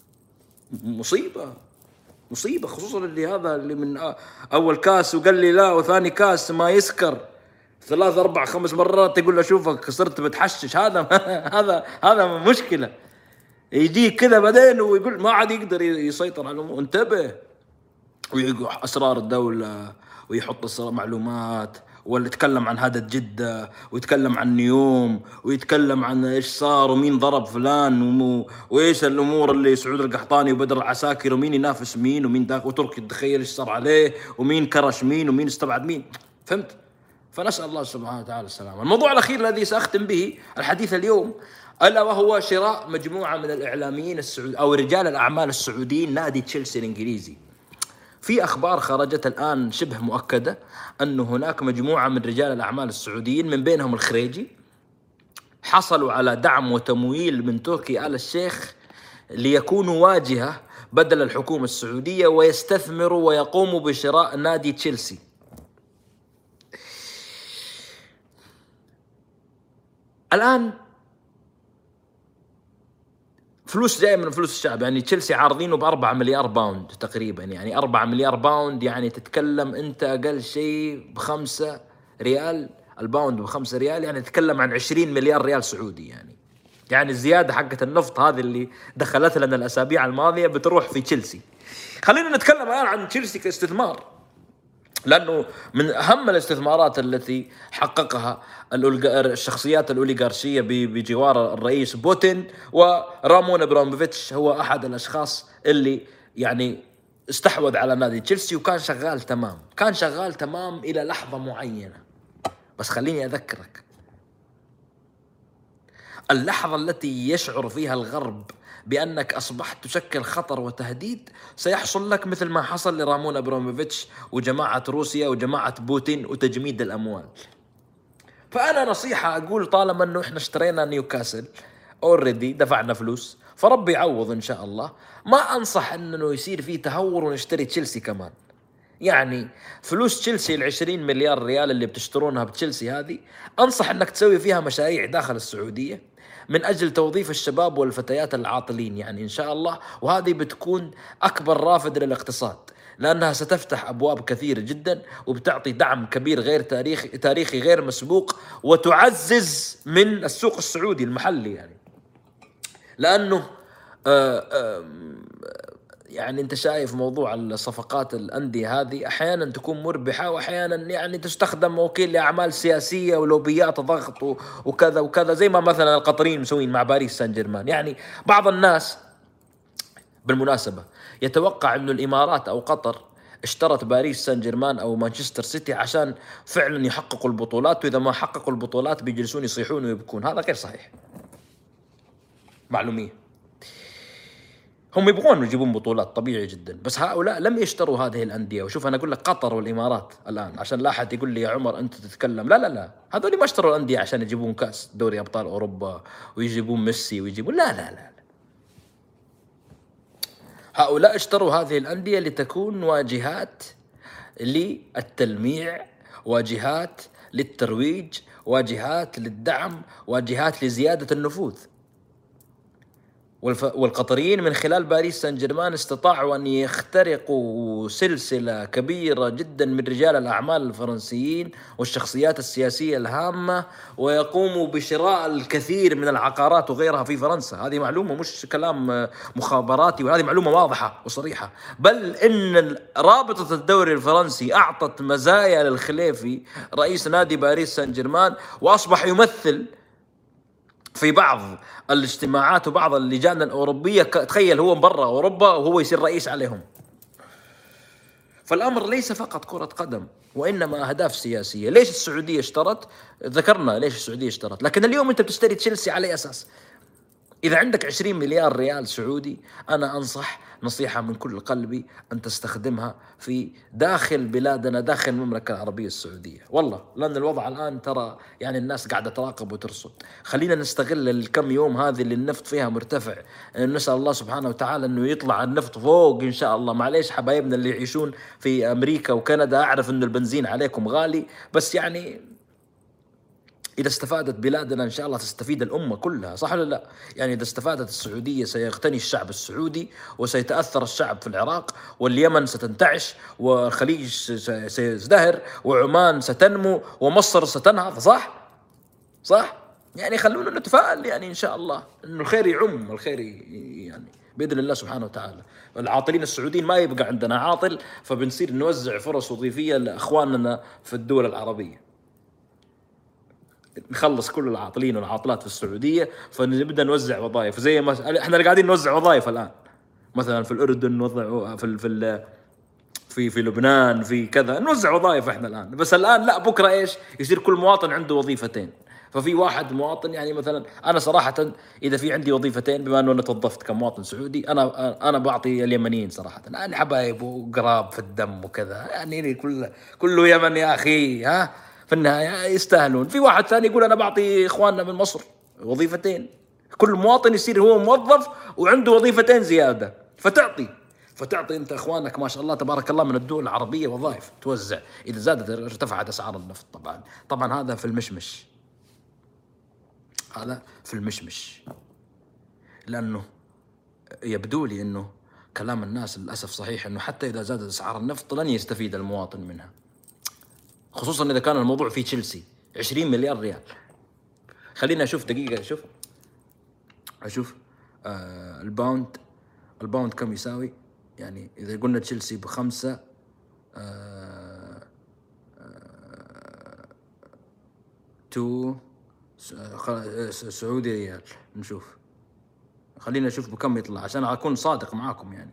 مصيبة، خصوصا اللي هذا اللي من أول كاس وقال لي لا، وثاني كاس ما يسكر 3 4 5 مرات، يقول له شوفك صرت بتحشش. هذا مشكلة. يجيك كذا بعدين ويقول ما عاد يقدر يسيطر على الأمور. انتبه. ويقول أسرار الدولة، ويحط معلومات، ولا يتكلم عن هذا جدة، ويتكلم عن نيوم، ويتكلم عن إيش صار ومين ضرب فلان وإيش الأمور اللي سعود القحطاني وبدر العساكر ومين ينافس مين ومين داك، وتركي تخيل إيش صار عليه ومين كرش مين ومين استبعد مين. فهمت؟ فنسأل الله سبحانه وتعالى السلامة. الموضوع الأخير الذي سأختم به الحديث اليوم ألا وهو شراء مجموعة من الإعلاميين السعوديين أو رجال الأعمال السعوديين نادي تشيلسي الإنجليزي. في أخبار خرجت الآن شبه مؤكدة أن هناك مجموعة من رجال الأعمال السعوديين من بينهم الخريجي حصلوا على دعم وتمويل من تركي آل الشيخ ليكونوا واجهة بدل الحكومة السعودية، ويستثمروا ويقوموا بشراء نادي تشيلسي. الآن فلوس جاية من فلوس الشعب، يعني تشيلسي عارضينه ب4 مليار باوند تقريبا، يعني 4 مليار باوند، يعني تتكلم أنت أقل شيء ب5 ريال، الباوند ب5 ريال، يعني تتكلم عن 20 مليار ريال سعودي. يعني الزيادة حقة النفط هذه اللي دخلت لنا الأسابيع الماضية بتروح في تشيلسي. خلينا نتكلم الآن عن تشيلسي كاستثمار، لأنه من أهم الاستثمارات التي حققها الشخصيات الأوليغارشية بجوار الرئيس بوتين، ورامون أبراموفيتش هو أحد الأشخاص اللي يعني استحوذ على نادي تشيلسي، وكان شغال تمام إلى لحظة معينة. بس خليني أذكرك، اللحظة التي يشعر فيها الغرب بأنك أصبحت تشكل خطر وتهديد سيحصل لك مثل ما حصل لرامون أبراموفيتش وجماعة روسيا وجماعة بوتين وتجميد الأموال. فأنا نصيحة أقول، طالما أنه إحنا اشترينا نيوكاسل أوريدي، دفعنا فلوس، فربي يعوض إن شاء الله. ما أنصح أنه يصير فيه تهور ونشتري تشيلسي كمان. يعني فلوس تشيلسي 20 مليار ريال اللي بتشترونها بتشيلسي هذه، أنصح أنك تسوي فيها مشاريع داخل السعودية من أجل توظيف الشباب والفتيات العاطلين، يعني إن شاء الله. وهذه بتكون أكبر رافد للاقتصاد، لأنها ستفتح أبواب كثيرة جدا، وبتعطي دعم كبير غير تاريخي غير مسبوق، وتعزز من السوق السعودي المحلي. يعني لأنه يعني أنت شايف موضوع الصفقات الأندية هذه أحيانا تكون مربحة، وأحيانا يعني تستخدم وكيل لأعمال سياسية ولوبيات ضغط وكذا وكذا، زي ما مثلا القطريين مسوين مع باريس سان جيرمان. يعني بعض الناس بالمناسبة يتوقع أنه الإمارات أو قطر اشترت باريس سان جيرمان أو مانشستر سيتي عشان فعلا يحققوا البطولات، وإذا ما حققوا البطولات بيجلسون يصيحون ويبكون. هذا غير صحيح. معلومية. هم يبغون يجيبون بطولات طبيعي جدا، بس هؤلاء لم يشتروا هذه الأندية. وشوف أنا أقول لك قطر والإمارات الآن، عشان لا أحد يقول لي يا عمر أنت تتكلم، لا لا لا، هذول ما اشتروا الأندية عشان يجيبون كأس دوري أبطال أوروبا ويجيبون ميسي ويجيبون، لا لا لا، هؤلاء اشتروا هذه الأندية لتكون واجهات للتلميع، واجهات للترويج، واجهات للدعم، واجهات لزيادة النفوذ. والقطريين من خلال باريس سان جيرمان استطاعوا أن يخترقوا سلسلة كبيرة جدا من رجال الأعمال الفرنسيين والشخصيات السياسية الهامة، ويقوموا بشراء الكثير من العقارات وغيرها في فرنسا. هذه معلومة مش كلام مخابراتي، وهذه معلومة واضحة وصريحة. بل إن رابطة الدوري الفرنسي أعطت مزايا للخليفي رئيس نادي باريس سان جيرمان، وأصبح يمثل في بعض الاجتماعات وبعض اللجان الأوروبية. تخيل هو برا أوروبا وهو يصير رئيس عليهم. فالأمر ليس فقط كرة قدم، وإنما أهداف سياسية. ليش السعودية اشترت؟ ذكرنا ليش السعودية اشترت، لكن اليوم أنت بتشتري تشيلسي على أساس إذا عندك 20 مليار ريال سعودي، أنا أنصح نصيحة من كل قلبي أن تستخدمها في داخل بلادنا، داخل المملكة العربية السعودية. والله لأن الوضع الآن ترى يعني الناس قاعدة تراقب وترصد. خلينا نستغل الكم يوم هذه اللي النفط فيها مرتفع، نسأل الله سبحانه وتعالى أنه يطلع النفط فوق إن شاء الله. معليش حبايبنا اللي يعيشون في أمريكا وكندا، أعرف أنه البنزين عليكم غالي، بس يعني إذا استفادت بلادنا إن شاء الله تستفيد الأمة كلها، صح ولا لا؟ يعني إذا استفادت السعودية سيغتني الشعب السعودي، وسيتأثر الشعب في العراق، واليمن ستنتعش، والخليج سيزدهر، وعمان ستنمو، ومصر ستنهض، صح؟ صح؟ يعني خلونا نتفائل يعني إن شاء الله إنه الخير يعم، الخير يعني بإذن الله سبحانه وتعالى. العاطلين السعوديين ما يبقى عندنا عاطل، فبنصير نوزع فرص وظيفية لأخواننا في الدول العربية، نخلص كل العاطلين والعاطلات في السعودية، فنبدأ نوزع وظائف زي ما احنا قاعدين نوزع وظائف الآن. مثلا في الأردن نوزع، في لبنان، في كذا نوزع وظائف احنا الآن. بس الآن لا، بكرة ايش يصير؟ كل مواطن عنده وظيفتين. ففي واحد مواطن يعني مثلا أنا صراحة إذا في عندي وظيفتين، بما أنه أنا توظفت كمواطن سعودي، أنا بعطي اليمنيين صراحة، يعني حبايب وقراب في الدم وكذا، يعني كله يمن يا أخي، ها في النهاية يستاهلون. في واحد ثاني يقول أنا بعطي إخواننا من مصر وظيفتين. كل مواطن يصير هو موظف وعنده وظيفتين زيادة، فتعطي أنت إخوانك ما شاء الله تبارك الله من الدول العربية وظائف توزع. إذا زادت ارتفعت أسعار النفط طبعا هذا في المشمش، هذا في المشمش، لأنه يبدو لي أنه كلام الناس للأسف صحيح، أنه حتى إذا زادت أسعار النفط لن يستفيد المواطن منها، خصوصا إذا كان الموضوع في تشيلسي 20 مليار ريال. خلينا أشوف دقيقة، أشوف الباوند كم يساوي. يعني إذا قلنا تشيلسي ب5 سعودي ريال، نشوف. خلينا نشوف بكم يطلع عشان أكون صادق معاكم. يعني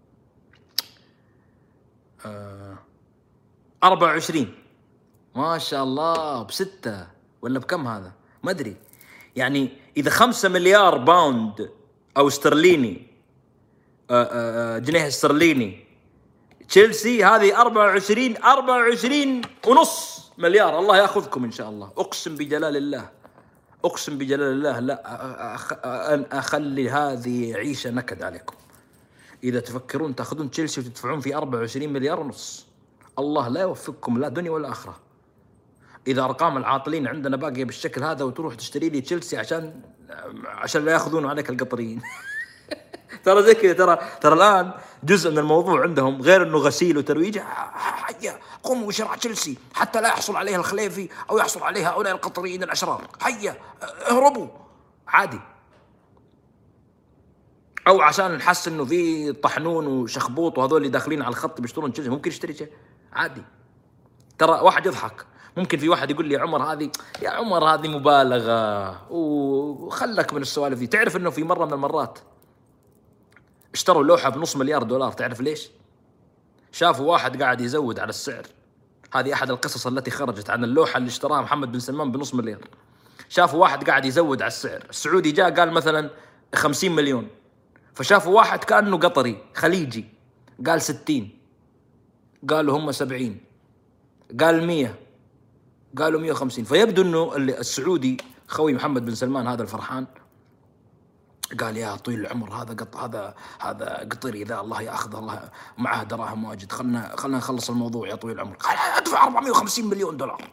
24 ما شاء الله، ب6 ولا بكم هذا ما أدري. يعني إذا 5 مليار باوند أو استرليني، جنيه استرليني تشيلسي، هذه 24 ونص مليار. الله يأخذكم إن شاء الله، أقسم بجلال الله لا أن أخلي هذه عيشة نكد عليكم. إذا تفكرون تأخذون تشيلسي وتدفعون في 24 مليار ونص، الله لا يوفقكم لا دنيا ولا آخرة. إذا أرقام العاطلين عندنا باقية بالشكل هذا وتروح تشتري لي تشيلسي عشان لا يأخذون عليك القطريين. ترى زي كذا، ترى الآن جزء من الموضوع عندهم غير إنه غسيل وترويج، حيا قوموا بشراء تشيلسي حتى لا يحصل عليها الخليفي أو يحصل عليها هؤلاء القطريين الأشرار، حيا اهربوا عادي. أو عشان نحس إنه في طحنون وشخبوط وهذول اللي داخلين على الخط بيشترون تشيلسي، ممكن يشتري شيء عادي. ترى واحد يضحك، ممكن في واحد يقول لي يا عمر هذه مبالغة وخلك من السوالف دي. تعرف إنه في مرة من المرات اشتروا لوحة ب$500 مليار. تعرف ليش؟ شافوا واحد قاعد يزود على السعر. هذه أحد القصص التي خرجت عن اللوحة اللي اشتراها محمد بن سلمان ب$500 مليار. شافوا واحد قاعد يزود على السعر، السعودي جاء قال مثلا 50 مليون. فشافوا واحد كأنه قطري خليجي قال 60، قالوا هم 70، قال 100، قالوا 150. فيبدو انه السعودي خوي محمد بن سلمان هذا الفرحان قال يا طويل العمر هذا قطري ذا الله ياخذ، الله معه دراهم واجد، خلنا نخلص الموضوع يا طويل العمر. قال ادفع 450 مليون دولار.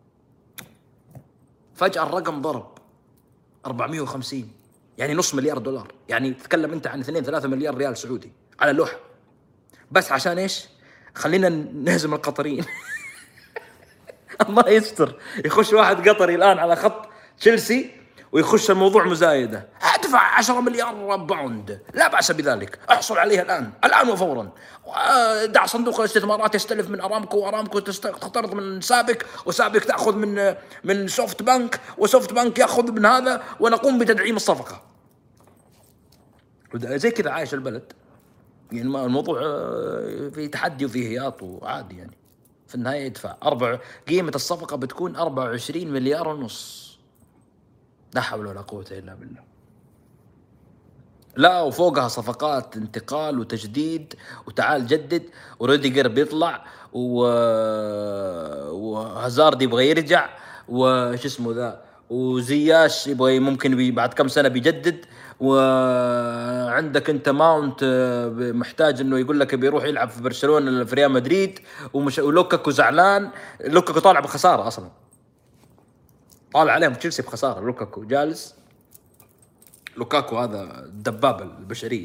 فجأة الرقم ضرب 450، يعني نص مليار دولار. يعني تتكلم انت عن 2-3 مليار ريال سعودي على لوحة، بس عشان ايش؟ خلينا نهزم القطريين. الله يستر، يخش واحد قطري الآن على خط تشيلسي ويخش الموضوع مزايدة، ادفع 10 مليار باوند، لا بأس بذلك، احصل عليها الآن وفورا. دع صندوق الاستثمارات يستلف من أرامكو، وأرامكو تقترض من سابك، وسابك تأخذ من سوفت بنك، وسوفت بنك يأخذ من هذا، ونقوم بتدعيم الصفقة. زي كذا عايش البلد. يعني الموضوع فيه تحدي وفيه هياط وعادي. يعني في النهاية يدفع قيمة الصفقة بتكون 24 مليار ونص. لا حول ولا قوة إلا بالله. لا وفوقها صفقات انتقال وتجديد وتعال جدد، وروديجر بيطلع، وهازارد يبغى يرجع، وش اسمه ذا، وزياش يبغى ممكن بعد كم سنة بيجدد، وعندك انت ماونت محتاج انه يقول لك بيروح يلعب في برشلونة في ريال مدريد، ولوكاكو زعلان. لوكاكو طالع بخسارة اصلا، طالع عليهم تشيلسي بخسارة. لوكاكو جالس، لوكاكو هذا الدبابة البشرية.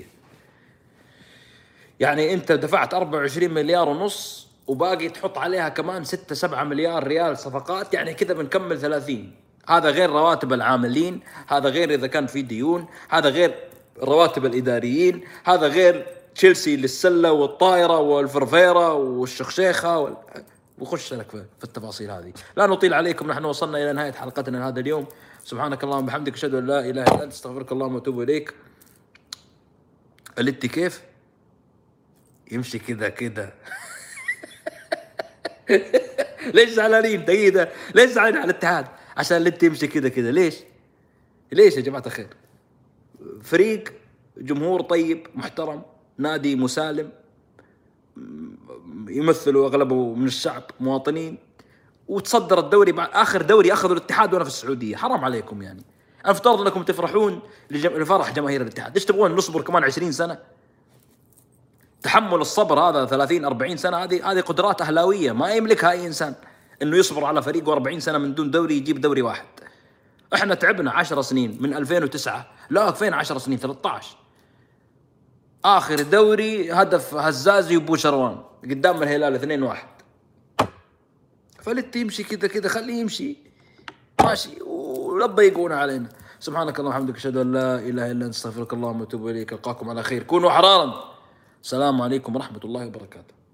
يعني انت دفعت 24 مليار ونص وباقي تحط عليها كمان 6-7 مليار ريال صفقات، يعني كذا بنكمل 30. هذا غير رواتب العاملين، هذا غير إذا كان في ديون، هذا غير رواتب الإداريين، هذا غير تشيلسي للسلة والطائرة والفرفيرة والشخشيخة وخش لك في التفاصيل هذه. لا نطيل عليكم، نحن وصلنا إلى نهاية حلقتنا هذا اليوم. سبحانك اللهم وبحمدك، أشهد أن لا إله إلا أنت، استغفرك اللهم وأتوب إليك. الاتي كيف يمشي كذا. ليش زعلانين دقيقة؟ ليش زعلانين على الاتحاد؟ عشان الاتي يمشي كذا. ليش يا جماعة الخير؟ فريق جمهور طيب محترم، نادي مسالم، يمثلوا أغلبه من الشعب مواطنين، وتصدر الدوري بعد آخر دوري أخذوا الاتحاد وأنا في السعودية. حرام عليكم. يعني أفترض أنكم تفرحون لفرح جماهير الاتحاد، إيش تبغون نصبر كمان 20 سنة؟ تحمل الصبر هذا 30-40 سنة، هذه قدرات أهلاوية ما يملكها أي إنسان، إنه يصبر على فريق 40 سنة من دون دوري يجيب دوري واحد. إحنا تعبنا 10 سنين من 2009، لا فين 10 سنين 13، آخر دوري هدف هزازي وبوشروان قدام الهلال 2-1. فلت يمشي كذا خليه يمشي ماشي، ولا تضيقون علينا. سبحانك اللهم وبحمدك، أشهد أن لا إله إلا أنت، استغفرك اللهم وأتوب إليك. ألقاكم على خير، كونوا حرارا. السلام عليكم ورحمة الله وبركاته.